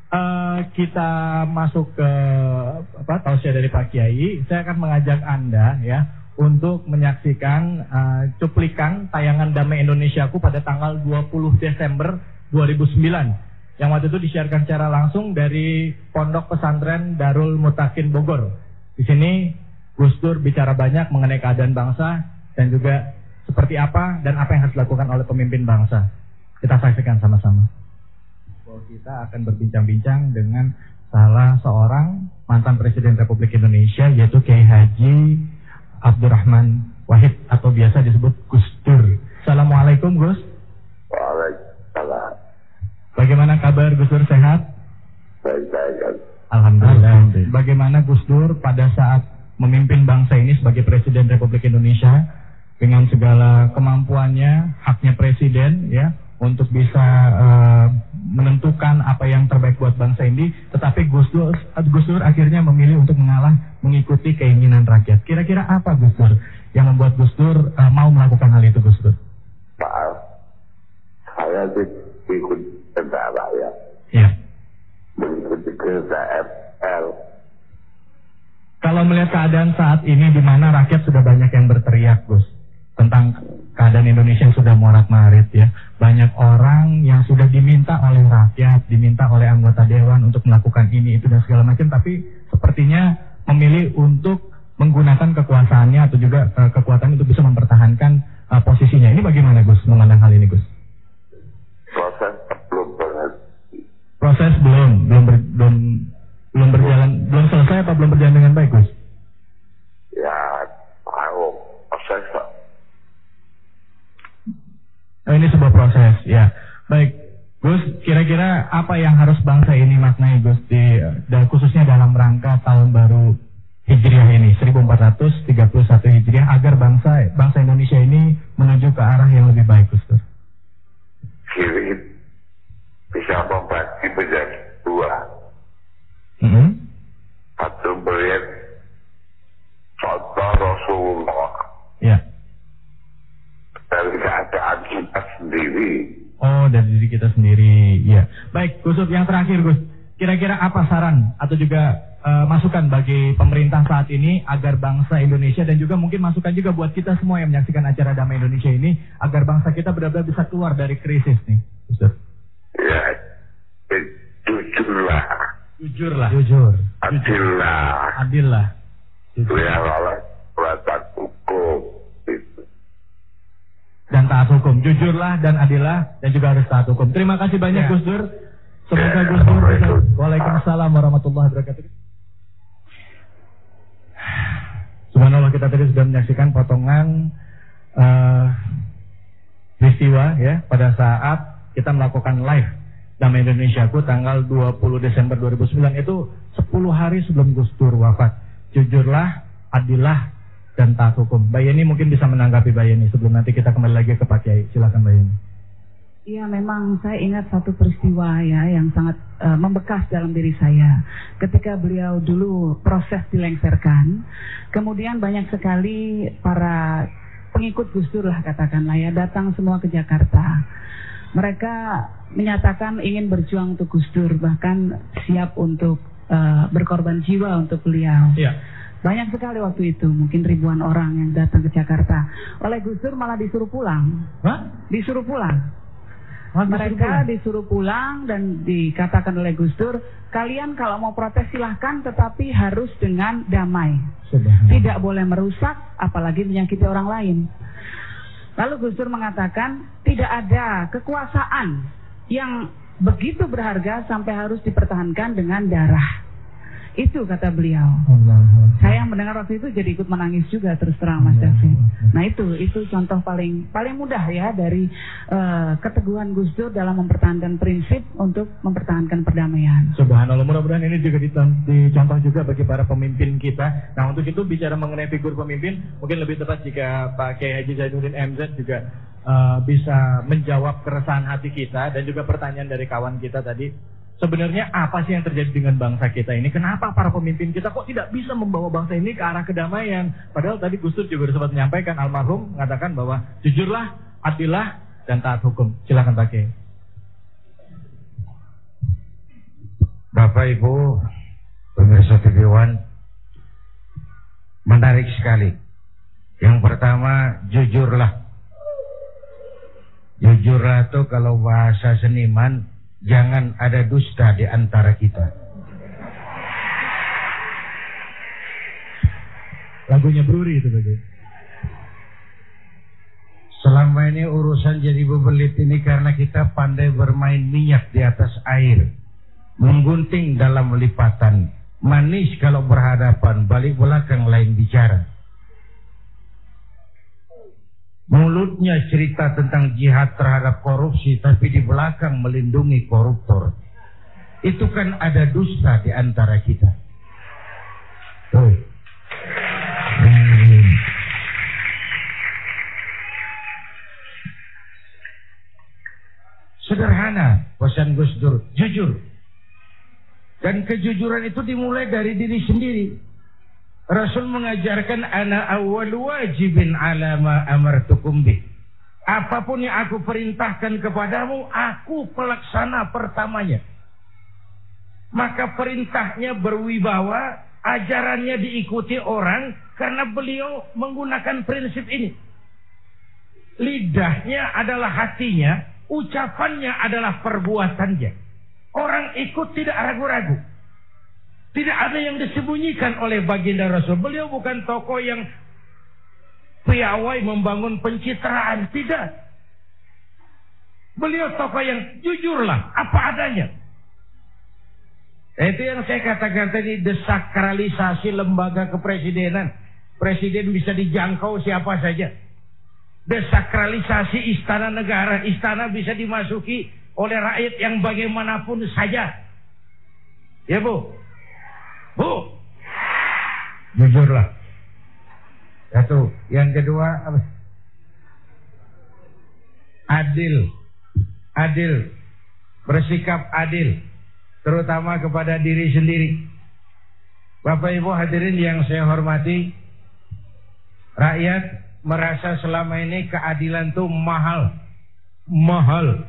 kita masuk ke tausiah dari Pak Kiai, saya akan mengajak Anda ya untuk menyaksikan cuplikan tayangan Damai Indonesiaku pada tanggal 20 Desember 2009 yang waktu itu disiarkan secara langsung dari Pondok Pesantren Darul Mutakin Bogor. Di sini Gus Dur bicara banyak mengenai keadaan bangsa dan juga seperti apa dan apa yang harus dilakukan oleh pemimpin bangsa. Kita saksikan sama-sama. Kita akan berbincang-bincang dengan salah seorang mantan Presiden Republik Indonesia, yaitu Kiai Haji Abdurrahman Wahid atau biasa disebut Gus Dur. Assalamualaikum Gus. Waalaikumsalam. Bagaimana kabar Gus Dur, sehat? Baik-baik. Alhamdulillah. Bagaimana Gus Dur pada saat memimpin bangsa ini sebagai Presiden Republik Indonesia dengan segala kemampuannya, haknya Presiden ya untuk bisa menentukan apa yang terbaik buat bangsa ini, tetapi Gus Dur akhirnya memilih untuk mengalah mengikuti keinginan rakyat. Kira-kira apa Gus Dur yang membuat Gus Dur mau melakukan hal itu Gus Dur? Maaf, saya ikut tentara rakyat. Ya. Mengikuti kereta FL. Kalau melihat keadaan saat ini di mana rakyat sudah banyak yang berteriak Gus tentang keadaan Indonesia yang sudah morat-marit ya. Banyak orang yang sudah diminta oleh rakyat, diminta oleh anggota dewan untuk melakukan ini, itu dan segala macam, tapi sepertinya memilih untuk menggunakan kekuasaannya atau juga kekuatan untuk bisa mempertahankan posisinya. Ini bagaimana Gus memandang hal ini Gus? Proses belum berhenti. Proses belum berjalan, belum selesai apa belum berjalan dengan baik Gus? Ya, tahu proses. Ini sebuah proses, ya. Baik, Gus, kira-kira apa yang harus bangsa ini maknai, Gus, dan khususnya dalam rangka tahun baru Hijriah ini, 1431 Hijriah, agar bangsa Indonesia ini menuju ke arah yang lebih baik, Gus? Kiri bisa membagi menjadi dua. Satu melihat contoh Rasulullah. Ya. Dari keadaan kita sendiri. Oh, dari diri kita sendiri, ya. Baik, Gus, yang terakhir, Gus. Kira-kira apa saran atau juga masukan bagi pemerintah saat ini agar bangsa Indonesia dan juga mungkin masukan juga buat kita semua yang menyaksikan acara Damai Indonesia ini agar bangsa kita benar-benar bisa keluar dari krisis nih, Gus? Ya, jujurlah. Jujurlah. Jujur. Adillah. Adillah. Yang oleh peraturan hukum. Dan taat hukum, jujurlah dan adillah dan juga harus taat hukum. Terima kasih banyak Gus Dur. Semoga Gus Dur bisa. Waalaikumsalam warahmatullahi wabarakatuh. Subhanallah, kita tadi sudah menyaksikan potongan peristiwa ya pada saat kita melakukan live Damai Indonesiaku tanggal 20 Desember 2009 itu 10 hari sebelum Gus Dur wafat. Jujurlah, adillah dan taat hukum. Mbak Yeni mungkin bisa menanggapi Mbak Yeni sebelum nanti kita kembali lagi ke Pak Kiai. Silakan Mbak Yeni. Iya, memang saya ingat satu peristiwa ya yang sangat membekas dalam diri saya. Ketika beliau dulu proses dilengserkan, kemudian banyak sekali para pengikut Gus Dur lah katakanlah ya datang semua ke Jakarta. Mereka menyatakan ingin berjuang untuk Gus Dur, bahkan siap untuk berkorban jiwa untuk beliau. Iya. Banyak sekali waktu itu, mungkin ribuan orang yang datang ke Jakarta. Oleh Gus Dur malah disuruh pulang. Hah? Disuruh pulang. Mereka disuruh pulang dan dikatakan oleh Gus Dur, kalian kalau mau protes silahkan tetapi harus dengan damai. Tidak boleh merusak, apalagi menyakiti orang lain. Lalu Gus Dur mengatakan, tidak ada kekuasaan yang begitu berharga sampai harus dipertahankan dengan darah. Itu kata beliau. Saya yang mendengar waktu itu jadi ikut menangis juga terus terang Mas David. Nah itu contoh paling mudah ya dari keteguhan Gus Dur dalam mempertahankan prinsip untuk mempertahankan perdamaian. Subhanallah, mudah-mudahan ini juga dicontoh juga bagi para pemimpin kita. Nah untuk itu bicara mengenai figur pemimpin, mungkin lebih tepat jika Pak Kiai Haji Zainuddin MZ juga bisa menjawab keresahan hati kita dan juga pertanyaan dari kawan kita tadi. Sebenarnya apa sih yang terjadi dengan bangsa kita ini? Kenapa para pemimpin kita kok tidak bisa membawa bangsa ini ke arah kedamaian? Padahal tadi Gus Dur juga sempat menyampaikan, almarhum mengatakan bahwa jujurlah, adillah, dan taat hukum. Silakan Pak Kiai. Bapak Ibu pemirsa TV One, menarik sekali. Yang pertama, jujurlah. Jujurlah itu kalau bahasa seniman, jangan ada dusta di antara kita. Lagunya Bruri itu bagi. Selama ini urusan jadi bebelit ini karena kita pandai bermain minyak di atas air. Menggunting dalam lipatan. Manis kalau berhadapan, balik belakang lain bicara. Mulutnya cerita tentang jihad terhadap korupsi, tapi di belakang melindungi koruptor. Itu kan ada dusta di antara kita. Tuh. Sederhana pesan Gus Dur, jujur. Dan kejujuran itu dimulai dari diri sendiri. Rasul mengajarkan ana awwal wajibin ala ma amartukum bih. Apapun yang aku perintahkan kepadamu, aku pelaksana pertamanya. Maka perintahnya berwibawa, ajarannya diikuti orang karena beliau menggunakan prinsip ini. Lidahnya adalah hatinya, ucapannya adalah perbuatannya. Orang ikut tidak ragu-ragu. Tidak ada yang disembunyikan oleh baginda Rasul. Beliau bukan tokoh yang piawai membangun pencitraan. Tidak. Beliau tokoh yang jujurlah apa adanya. Itu yang saya katakan tadi, desakralisasi lembaga kepresidenan. Presiden bisa dijangkau siapa saja. Desakralisasi istana negara. Istana bisa dimasuki oleh rakyat yang bagaimanapun saja. Ya Bu? Bu? Jujurlah. Satu. Yang kedua apa? Adil. Adil. Bersikap adil. Terutama kepada diri sendiri. Bapak Ibu hadirin yang saya hormati, rakyat merasa selama ini keadilan itu mahal. Mahal.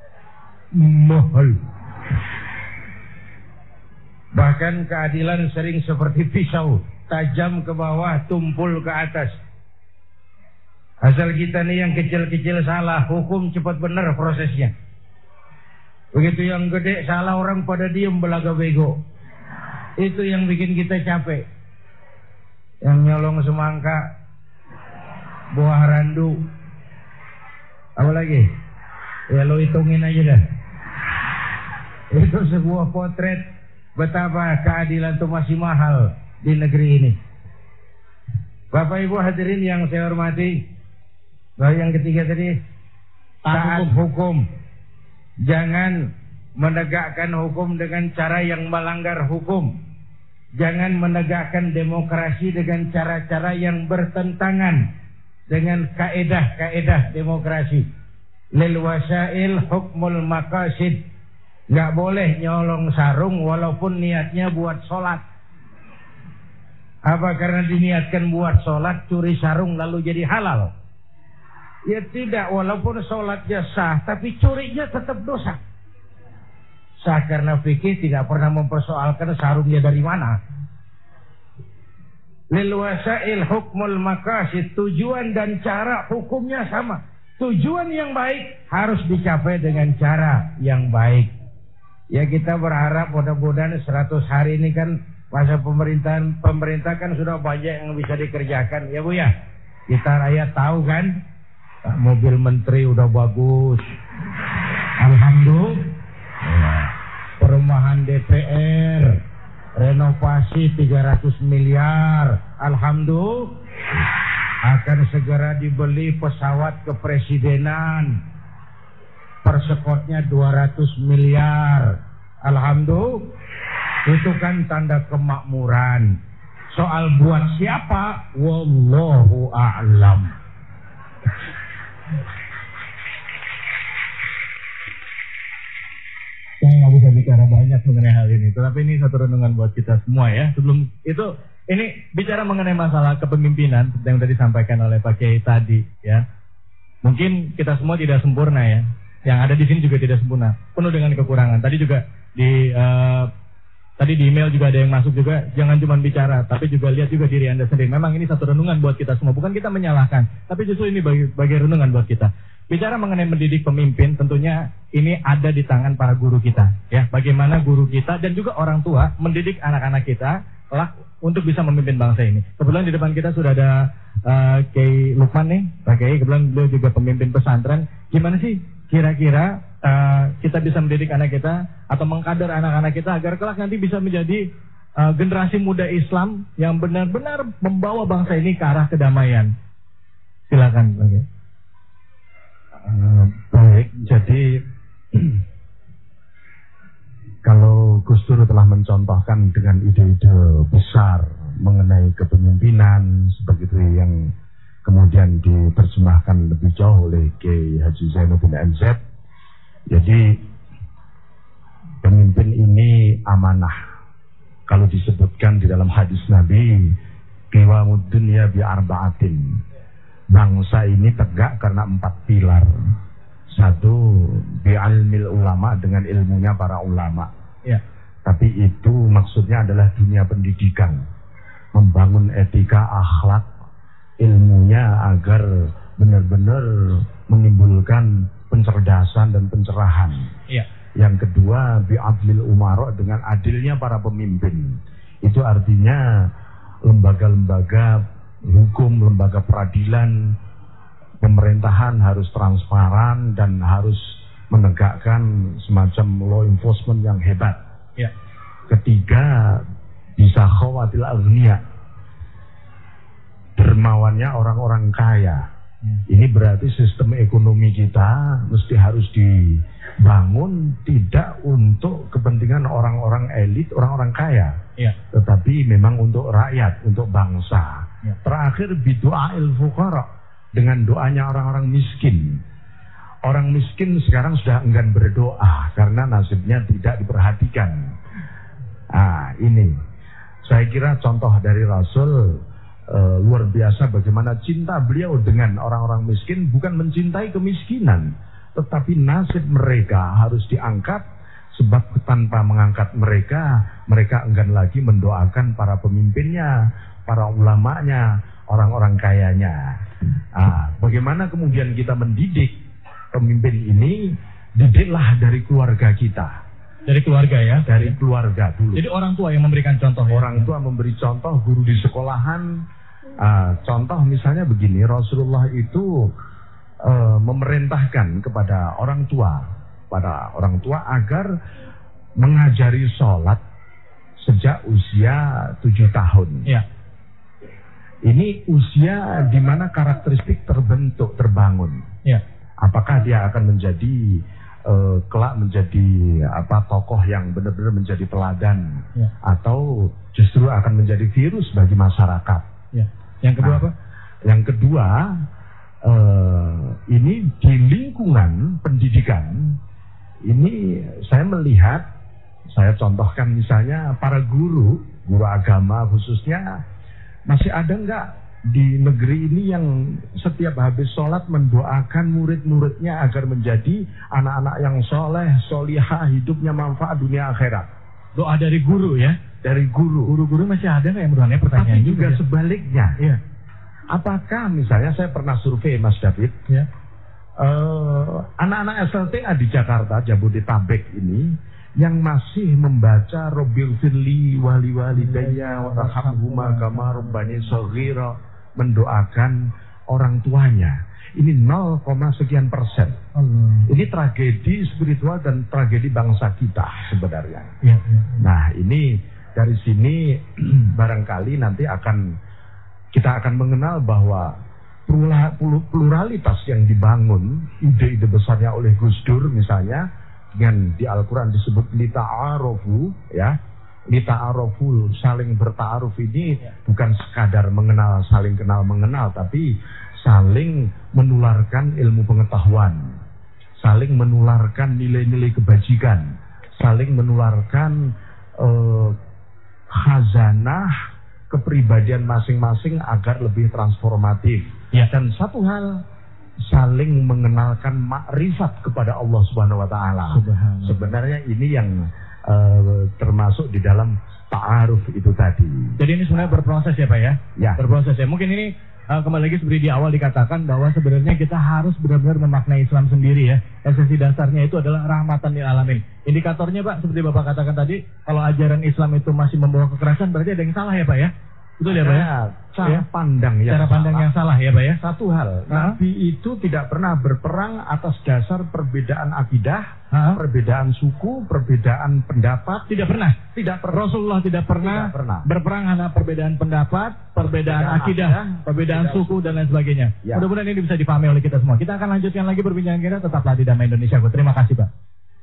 Bahkan keadilan sering seperti pisau, tajam ke bawah, tumpul ke atas. Asal kita nih yang kecil-kecil salah, hukum cepat benar prosesnya. Begitu yang gede salah, orang pada diem belaga bego. Itu yang bikin kita capek. Yang nyolong semangka, buah randu, apa lagi? Ya lo hitungin aja dah. Itu sebuah potret betapa keadilan itu masih mahal di negeri ini. Bapak Ibu hadirin yang saya hormati, yang ketiga tadi, taat hukum. Jangan menegakkan hukum dengan cara yang melanggar hukum. Jangan menegakkan demokrasi dengan cara-cara yang bertentangan dengan kaedah-kaedah demokrasi. Lil wasail hukmul maqasid. Nggak boleh nyolong sarung walaupun niatnya buat sholat. Apa karena diniatkan buat sholat, curi sarung lalu jadi halal? Ya tidak, walaupun sholatnya sah, tapi curinya tetap dosa. Sah karena fikih tidak pernah mempersoalkan sarungnya dari mana. Lil wasail hukmul maqasid. Tujuan dan cara hukumnya sama. Tujuan yang baik harus dicapai dengan cara yang baik. Ya kita berharap mudah-mudahan 100 hari ini kan masa pemerintah kan sudah banyak yang bisa dikerjakan. Ya Bu ya, kita rakyat tahu kan, mobil menteri udah bagus. Alhamdulillah. Perumahan DPR, renovasi 300 miliar. Alhamdulillah. Akan segera dibeli pesawat kepresidenan. Persekotnya 200 miliar. Alhamdulillah. Itu kan tanda kemakmuran. Soal buat siapa? Wallahu a'lam. Saya nggak bisa bicara banyak mengenai hal ini, tetapi ini satu renungan buat kita semua ya. Sebelum itu, ini bicara mengenai masalah kepemimpinan yang tadi disampaikan oleh Pak Kiai tadi ya. Mungkin kita semua tidak sempurna ya. Yang ada di sini juga tidak sempurna, penuh dengan kekurangan. Tadi juga Tadi di email juga ada yang masuk juga, jangan cuma bicara, tapi juga lihat juga diri Anda sendiri. Memang ini satu renungan buat kita semua, bukan kita senyalahkan, tapi justru ini bagi renungan buat kita. Bicara mengenai mendidik pemimpin, tentunya ini ada di tangan para guru kita. Ya, bagaimana guru kita dan juga orang tua mendidik anak-anak kita lah untuk bisa memimpin bangsa ini. Kebetulan di depan kita sudah ada Kiai Lukman nih, Pak Kiai, kebetulan beliau juga pemimpin pesantren. Gimana sih kira-kira kita bisa mendidik anak kita atau mengkader anak-anak kita agar kelak nanti bisa menjadi generasi muda Islam yang benar-benar membawa bangsa ini ke arah kedamaian? Silakan, Pak Kiai. Baik, jadi kalau Gus Dur telah mencontohkan dengan ide-ide besar mengenai kepemimpinan seperti itu yang kemudian diterjemahkan lebih jauh oleh Kiai Haji Zainuddin MZ. Jadi pemimpin ini amanah. Kalau disebutkan di dalam hadis Nabi, qiwamud dunya bi arba'atin. Bangsa ini tegak karena 4 pilar. Satu, bi'ilmil ulama, dengan ilmunya para ulama. Ya. Tapi itu maksudnya adalah dunia pendidikan. Membangun etika, akhlak, ilmunya agar benar-benar menimbulkan pencerdasan dan pencerahan. Ya. Yang kedua, bi'adlil umaro, dengan adilnya para pemimpin. Itu artinya lembaga-lembaga hukum, lembaga peradilan, pemerintahan harus transparan dan harus menegakkan semacam law enforcement yang hebat. Ya. Ketiga, bisa khawatil agniya, dermawannya orang-orang kaya. Ini berarti sistem ekonomi kita mesti harus dibangun tidak untuk kepentingan orang-orang elit, orang-orang kaya, tetapi memang untuk rakyat, untuk bangsa. Terakhir, bidu'ail fuqara, dengan doanya orang-orang miskin. Orang miskin sekarang sudah enggan berdoa karena nasibnya tidak diperhatikan. Ini saya kira contoh dari Rasul. Luar biasa bagaimana cinta beliau dengan orang-orang miskin, bukan mencintai kemiskinan, tetapi nasib mereka harus diangkat, sebab tanpa mengangkat mereka, mereka enggan lagi mendoakan para pemimpinnya, para ulamanya, orang-orang kayanya. Bagaimana kemudian kita mendidik pemimpin ini? Didiklah dari keluarga kita. Dari keluarga ya? Dari keluarga dulu. Jadi orang tua yang memberikan contoh. Orang tua memberi contoh, guru di sekolahan. Contoh misalnya begini, Rasulullah itu memerintahkan kepada orang tua, agar mengajari sholat sejak usia 7 tahun. Ya. Ini usia di mana karakteristik terbentuk, terbangun. Ya. Apakah dia akan menjadi kelak menjadi tokoh yang benar-benar menjadi teladan, atau justru akan menjadi virus bagi masyarakat? Ya. Yang kedua apa? Yang kedua, ini di lingkungan pendidikan ini saya melihat, saya contohkan misalnya para guru agama khususnya, masih ada nggak di negeri ini yang setiap habis sholat mendoakan murid-muridnya agar menjadi anak-anak yang soleh, solihah, hidupnya manfaat dunia akhirat? Doa dari guru ya? Dari guru. Guru-guru masih ada nggak yang berdoanya? Pertanyaan tapi juga ya? Sebaliknya. Iya. Apakah misalnya saya pernah survei Mas David, ya. Anak-anak SLTA di Jakarta, Jabodetabek ini, yang masih membaca Robbil Firli wali walidayya warhamhuma kama rabbani shaghira, mendoakan orang tuanya, ini 0, sekian persen. Ini tragedi spiritual dan tragedi bangsa kita sebenarnya. Ya. Nah, ini dari sini barangkali nanti kita akan mengenal bahwa pluralitas yang dibangun, ide-ide besarnya oleh Gus Dur misalnya, dengan di Al-Quran disebut lita'arofu, ya, lita'arofu, saling berta'aruf ini bukan sekadar mengenal, saling kenal mengenal, tapi saling menularkan ilmu pengetahuan, saling menularkan nilai-nilai kebajikan, saling menularkan khazanah kepribadian masing-masing agar lebih transformatif. Dan satu hal, saling mengenalkan makrifat kepada Allah Subhanahu wa taala. Sebenarnya ini yang termasuk di dalam ta'aruf itu tadi. Jadi ini sebenarnya berproses ya Pak ya? Ya. Berproses ya. Mungkin ini kembali lagi seperti di awal dikatakan bahwa sebenarnya kita harus benar-benar memaknai Islam sendiri ya. Esensi dasarnya itu adalah rahmatan lil alamin. Indikatornya Pak, seperti Bapak katakan tadi, kalau ajaran Islam itu masih membawa kekerasan berarti ada yang salah ya Pak ya? Betul ya Pak ya? Cara pandang yang salah ya Pak ya? Satu hal, Nabi itu tidak pernah berperang atas dasar perbedaan akidah, perbedaan suku, perbedaan pendapat. Tidak pernah. Tidak pernah. Rasulullah tidak pernah berperang karena perbedaan pendapat, perbedaan akidah, perbedaan suku dan lain sebagainya. Ya. Mudah-mudahan ini bisa dipahami oleh kita semua. Kita akan lanjutkan lagi perbincangan kita, tetaplah di Damai Indonesia. Terima kasih Pak.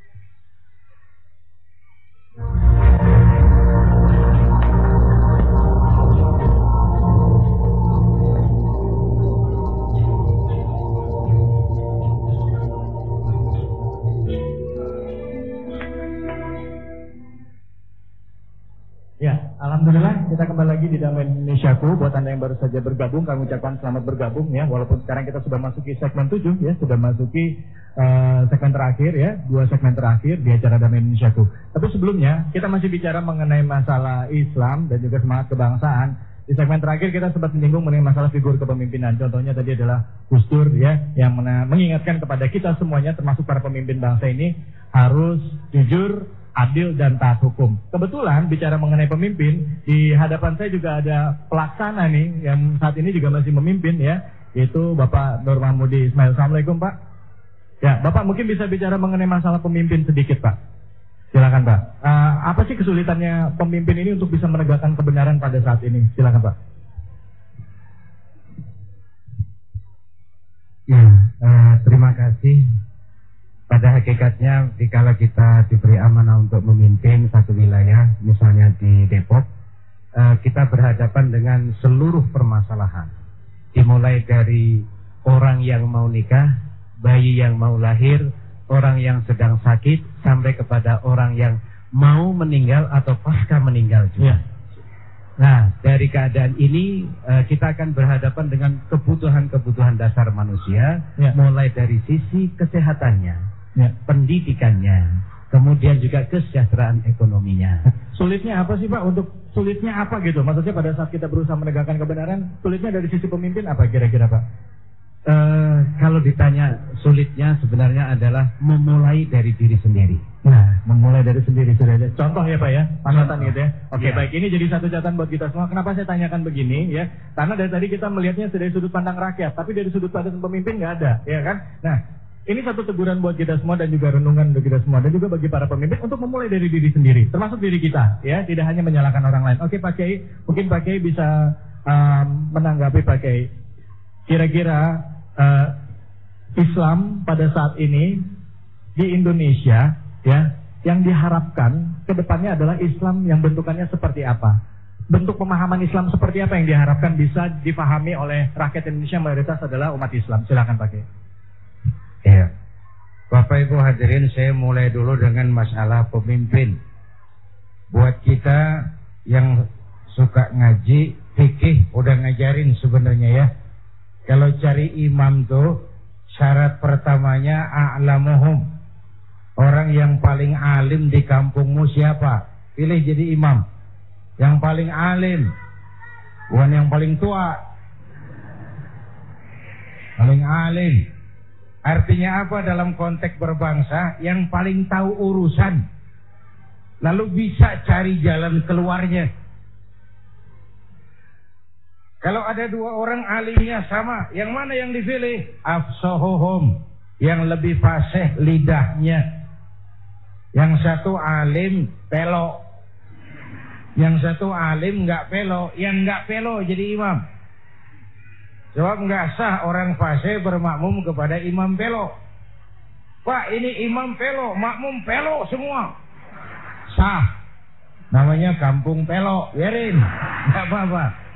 Ya, alhamdulillah kita kembali lagi di Damai Indonesiaku. Buat Anda yang baru saja bergabung, kami ucapkan selamat bergabung ya. Walaupun sekarang kita sudah masuki segmen 7 ya, sudah masuki segmen terakhir ya, 2 segmen terakhir di acara Damai Indonesiaku. Tapi sebelumnya kita masih bicara mengenai masalah Islam dan juga semangat kebangsaan. Di segmen terakhir kita sempat menyinggung mengenai masalah figur kepemimpinan. Contohnya tadi adalah Gus Dur ya, yang mengingatkan kepada kita semuanya termasuk para pemimpin bangsa ini harus jujur, adil dan taat hukum. Kebetulan bicara mengenai pemimpin, di hadapan saya juga ada pelaksana nih yang saat ini juga masih memimpin ya, yaitu Bapak Nur Mahmudi Ismail. Assalamualaikum Pak. Ya, Bapak mungkin bisa bicara mengenai masalah pemimpin sedikit Pak. Silakan Pak. Apa sih kesulitannya pemimpin ini untuk bisa menegakkan kebenaran pada saat ini? Silakan Pak. Ya, terima kasih. Pada hakikatnya, dikala kita diberi amanah untuk memimpin satu wilayah, misalnya di Depok, kita berhadapan dengan seluruh permasalahan. Dimulai dari orang yang mau nikah, bayi yang mau lahir, orang yang sedang sakit, sampai kepada orang yang mau meninggal atau pasca meninggal juga. Ya. Nah, dari keadaan ini kita akan berhadapan dengan kebutuhan-kebutuhan dasar manusia, ya, mulai dari sisi kesehatannya, ya, pendidikannya, kemudian juga kesejahteraan ekonominya. Sulitnya apa sih Pak? Untuk sulitnya apa gitu? Maksudnya pada saat kita berusaha menegakkan kebenaran, sulitnya dari sisi pemimpin apa kira-kira Pak? Kalau ditanya sulitnya sebenarnya adalah memulai dari diri sendiri. Nah, memulai dari sendiri sudah ada contoh ya Pak ya, panutan gitu ya. Oke, ya. Baik, ini jadi satu catatan buat kita semua. Kenapa saya tanyakan begini ya? Karena dari tadi kita melihatnya dari sudut pandang rakyat, tapi dari sudut pandang pemimpin nggak ada, ya kan? Nah, ini satu teguran buat kita semua dan juga renungan untuk kita semua dan juga bagi para pemimpin untuk memulai dari diri sendiri, termasuk diri kita, ya, tidak hanya menyalahkan orang lain. Oke Pak Kiai, mungkin Pak Kiai bisa menanggapi Pak Kiai. Kira-kira Islam pada saat ini di Indonesia ya, yang diharapkan ke depannya adalah Islam yang bentukannya seperti apa? Bentuk pemahaman Islam seperti apa yang diharapkan bisa dipahami oleh rakyat Indonesia mayoritas adalah umat Islam. Silakan Pak Kiai. Ya. Bapak Ibu hadirin, saya mulai dulu dengan masalah pemimpin. Buat kita yang suka ngaji, fikih udah ngajarin sebenarnya ya. Kalau cari imam tuh syarat pertamanya a'lamuhum. Orang yang paling alim di kampungmu siapa? Pilih jadi imam. Yang paling alim, bukan yang paling tua. Paling alim. Artinya apa dalam konteks berbangsa? Yang paling tahu urusan. Lalu bisa cari jalan keluarnya. Kalau ada dua orang alimnya sama, yang mana yang dipilih? Afsahuhum, yang lebih fasih lidahnya. Yang satu alim pelok, yang satu alim nggak pelok, yang nggak pelok jadi imam. Sebab nggak sah orang fasih bermakmum kepada imam pelok. Pak, ini imam pelok, makmum pelok semua. Sah, namanya kampung pelok, biarin, nggak apa-apa.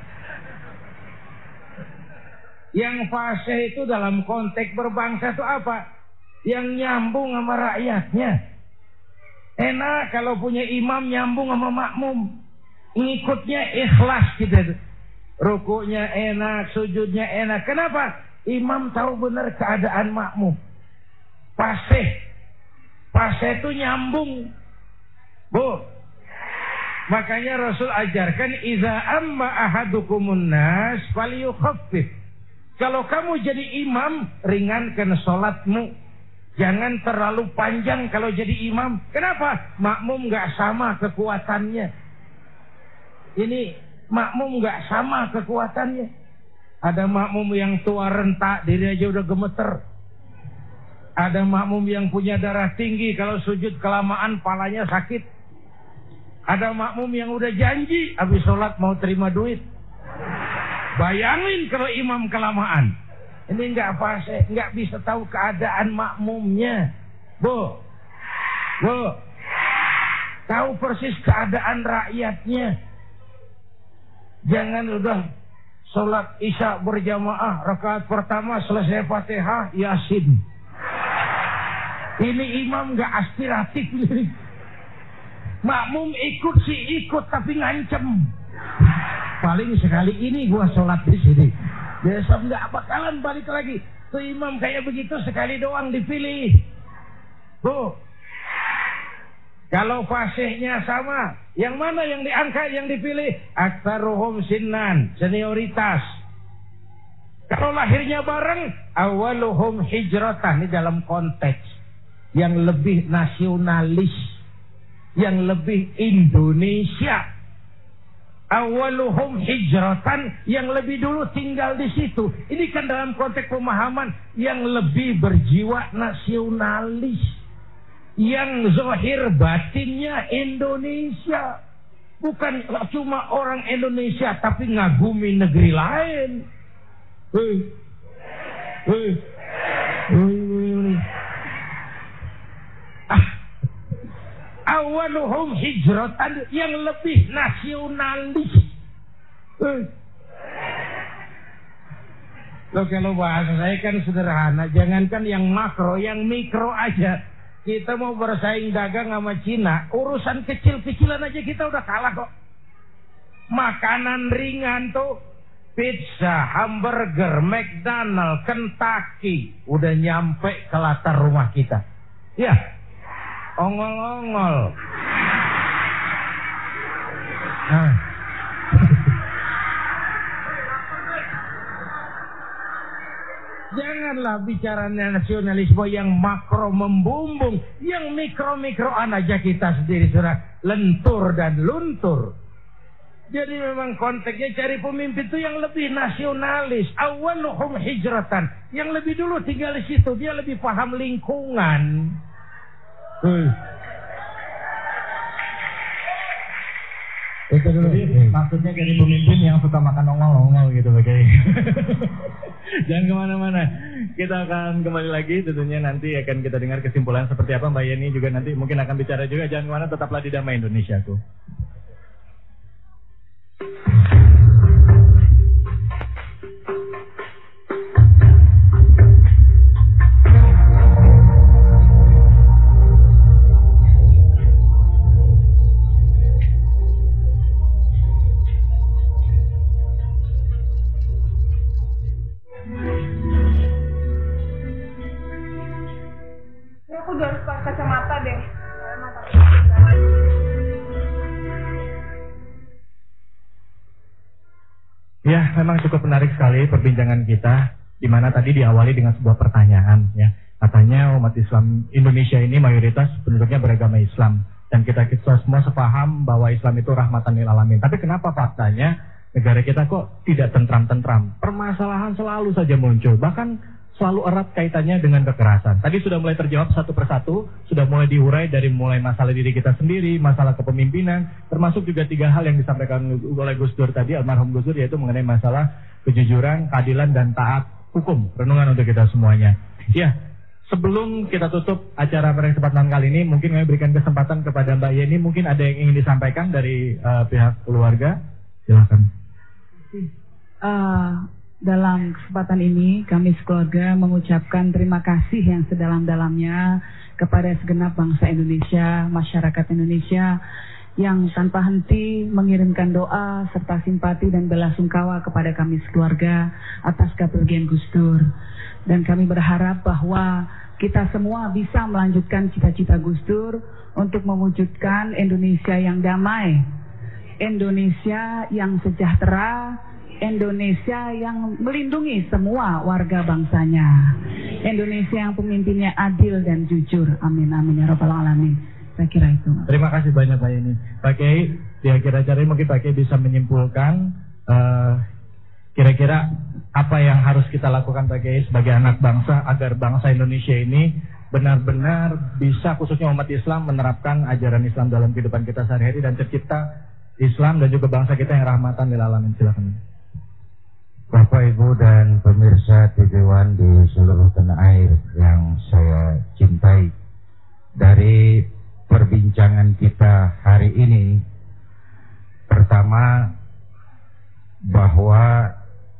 Yang fasih itu dalam konteks berbangsa itu apa? Yang nyambung sama rakyatnya. Enak kalau punya imam nyambung sama makmum. Ngikutnya ikhlas gitu. Rukuknya enak, sujudnya enak. Kenapa? Imam tahu benar keadaan makmum. Fasih. Fasih itu nyambung. Bu, makanya Rasul ajarkan iza amma ahadukumun nas falyukhaffif. Kalau kamu jadi imam, ringankan sholatmu. Jangan terlalu panjang kalau jadi imam. Kenapa? Makmum nggak sama kekuatannya. Ini makmum nggak sama kekuatannya. Ada makmum yang tua rentak, diri aja udah gemeter. Ada makmum yang punya darah tinggi, kalau sujud kelamaan palanya sakit. Ada makmum yang udah janji habis sholat mau terima duit. Bayangin kalau imam kelamaan. Ini nggak fase, nggak bisa tahu keadaan makmumnya. Bu, tahu persis keadaan rakyatnya. Jangan udah sholat isya berjamaah, rakaat pertama selesai Fatihah, Yasin. Ini imam nggak aspiratif. Makmum ikut sih ikut, tapi ngancem. Paling sekali ini gua sholat di sini. Besok nggak bakalan balik lagi. Tuh imam kayak begitu sekali doang dipilih. Bu, kalau fasihnya sama, yang mana yang diangkat, yang dipilih? Aktsaruhum sinnan, senioritas. Kalau lahirnya bareng, awaluhum hijratan. Ini dalam konteks yang lebih nasionalis, yang lebih Indonesia. Awaluhum hijratan, yang lebih dulu tinggal di situ. Ini kan dalam konteks pemahaman yang lebih berjiwa nasionalis, yang zahir batinnya Indonesia. Bukan cuma orang Indonesia tapi ngagumi negeri lain. Awaluhum hijratan, yang lebih nasionalis. Loh, kalau bahasa saya kan sederhana. Jangankan yang makro, yang mikro aja. Kita mau bersaing dagang sama Cina, urusan kecil-kecilan aja kita udah kalah kok. Makanan ringan tuh, pizza, hamburger, McDonald, Kentucky, udah nyampe ke latar rumah kita. Ya, ongol-ongol. Nah. Janganlah bicara nasionalisme yang makro membumbung, yang mikro-mikroan aja kita sendiri sudah lentur dan luntur. Jadi memang konteksnya cari pemimpin itu yang lebih nasionalis, awaluhum hijratan, yang lebih dulu tinggal di situ, dia lebih paham lingkungan. Itu dulu. Jadi, maksudnya jadi pemimpin yang suka makan ongol-ongol gitu, Pak Kiai. Jangan kemana-mana. Kita akan kembali lagi, tentunya nanti akan kita dengar kesimpulan seperti apa. Mbak Yeni juga nanti mungkin akan bicara juga. Jangan kemana, tetaplah di Damai Indonesiaku. Aku udah harus pakai kacamata deh. Ya, memang cukup menarik sekali perbincangan kita, di mana tadi diawali dengan sebuah pertanyaan. Ya, katanya umat Islam Indonesia ini mayoritas penduduknya beragama Islam, dan kita semua sepaham bahwa Islam itu rahmatan lil alamin. Tapi kenapa faktanya negara kita kok tidak tentram-tentram? Permasalahan selalu saja muncul, bahkan selalu erat kaitannya dengan kekerasan. Tadi sudah mulai terjawab satu persatu, sudah mulai diurai dari mulai masalah diri kita sendiri, masalah kepemimpinan, termasuk juga 3 hal yang disampaikan oleh Gus Dur tadi, almarhum Gus Dur, yaitu mengenai masalah kejujuran, keadilan, dan taat hukum. Renungan untuk kita semuanya. Ya, sebelum kita tutup acara pada kesempatan kali ini, mungkin kami berikan kesempatan kepada Mbak Yeni, mungkin ada yang ingin disampaikan dari pihak keluarga. Silakan. Dalam kesempatan ini kami sekeluarga mengucapkan terima kasih yang sedalam-dalamnya kepada segenap bangsa Indonesia, masyarakat Indonesia yang tanpa henti mengirimkan doa serta simpati dan belasungkawa kepada kami sekeluarga atas kepergian Gus Dur. Dan kami berharap bahwa kita semua bisa melanjutkan cita-cita Gus Dur untuk mewujudkan Indonesia yang damai, Indonesia yang sejahtera, Indonesia yang melindungi semua warga bangsanya, Indonesia yang pemimpinnya adil dan jujur. Amin amin ya rabbal alamin. Saya kira itu. Terima kasih banyak Pak ini. Pak Kiai, di akhir acara ini mungkin Pak Kiai bisa menyimpulkan kira-kira apa yang harus kita lakukan Pak Kiai sebagai anak bangsa agar bangsa Indonesia ini benar-benar bisa, khususnya umat Islam, menerapkan ajaran Islam dalam kehidupan kita sehari-hari dan tercipta Islam dan juga bangsa kita yang rahmatan lil alamin. Silakan. Bapak, Ibu, dan pemirsa TV1 di seluruh tanah air yang saya cintai, dari perbincangan kita hari ini, pertama bahwa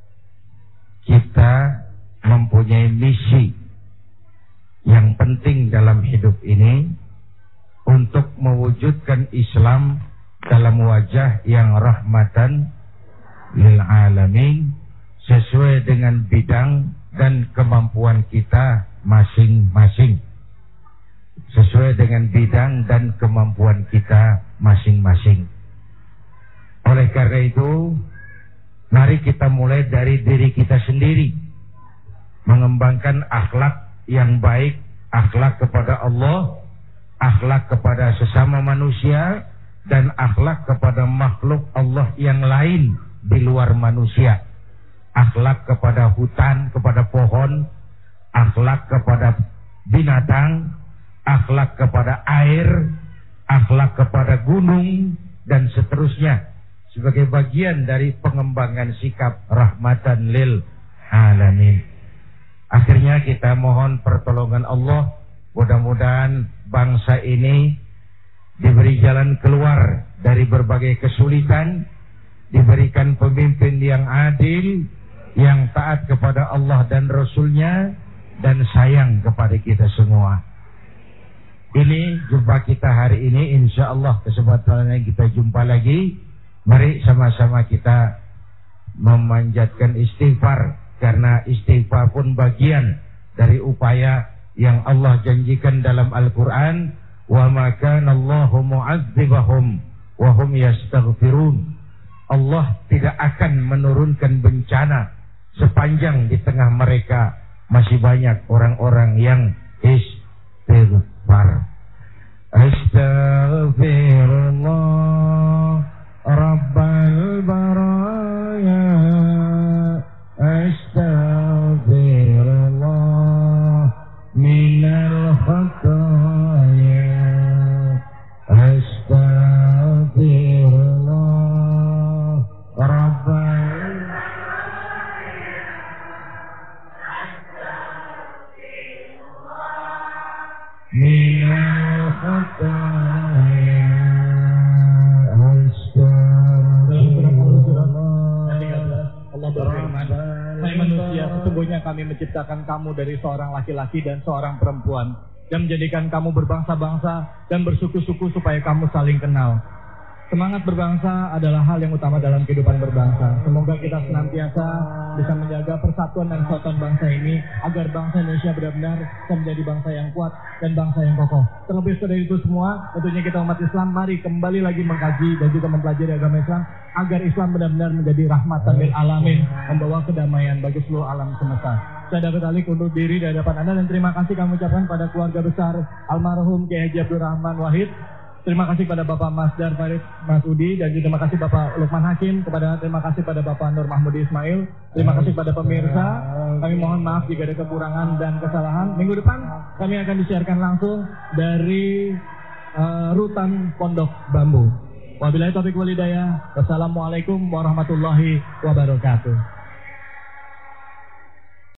kita mempunyai misi yang penting dalam hidup ini untuk mewujudkan Islam dalam wajah yang rahmatan lil alamin sesuai dengan bidang dan kemampuan kita masing-masing. Sesuai dengan bidang dan kemampuan kita masing-masing. Oleh karena itu, mari kita mulai dari diri kita sendiri, mengembangkan akhlak yang baik, akhlak kepada Allah, akhlak kepada sesama manusia, dan akhlak kepada makhluk Allah yang lain di luar manusia. Akhlak kepada hutan, kepada pohon, akhlak kepada binatang, akhlak kepada air, akhlak kepada gunung, dan seterusnya, sebagai bagian dari pengembangan sikap rahmatan lil alamin. Akhirnya kita mohon pertolongan Allah, mudah-mudahan bangsa ini diberi jalan keluar dari berbagai kesulitan, diberikan pemimpin yang adil, yang taat kepada Allah dan Rasul-Nya, dan sayang kepada kita semua. Ini jumpa kita hari ini, insya Allah kesempatan yang kita jumpa lagi. Mari sama-sama kita memanjatkan istighfar, karena istighfar pun bagian dari upaya yang Allah janjikan dalam Al-Quran. Wa ma kana Allahu mu'adzibahum wa hum yastaghfirun. Allah tidak akan menurunkan bencana sepanjang di tengah mereka masih banyak orang-orang yang istighfar. Astaghfirullah Rabbal baraya, astaghfirullah minal khataya, astaghfirullah Rabbal minal khataya. Hai manusia, sesungguhnya kami menciptakan kamu dari seorang laki-laki dan seorang perempuan, dan menjadikan kamu berbangsa-bangsa dan bersuku-suku supaya kamu saling kenal. Semangat berbangsa adalah hal yang utama dalam kehidupan berbangsa. Semoga kita senantiasa bisa menjaga persatuan dan kesatuan bangsa ini, agar bangsa Indonesia benar-benar bisa menjadi bangsa yang kuat dan bangsa yang kokoh. Terlebih dari itu semua, tentunya kita umat Islam, mari kembali lagi mengkaji dan juga mempelajari agama Islam, agar Islam benar-benar menjadi rahmatan lil alamin, membawa kedamaian bagi seluruh alam semesta. Saya David Alik undur diri di hadapan Anda, dan terima kasih kami ucapkan pada keluarga besar almarhum Kiai Haji Abdul Rahman Wahid. Terima kasih pada Bapak Masdar Farid Masudi, dan juga terima kasih Bapak Lukman Hakim, terima kasih pada Bapak Nur Mahmudi Ismail, terima kasih pada pemirsa. Kami mohon maaf jika ada kekurangan dan kesalahan. Minggu depan kami akan disiarkan langsung dari Rutan Pondok Bambu. Wabillahi taufiq wal hidayah. Wassalamualaikum warahmatullahi wabarakatuh.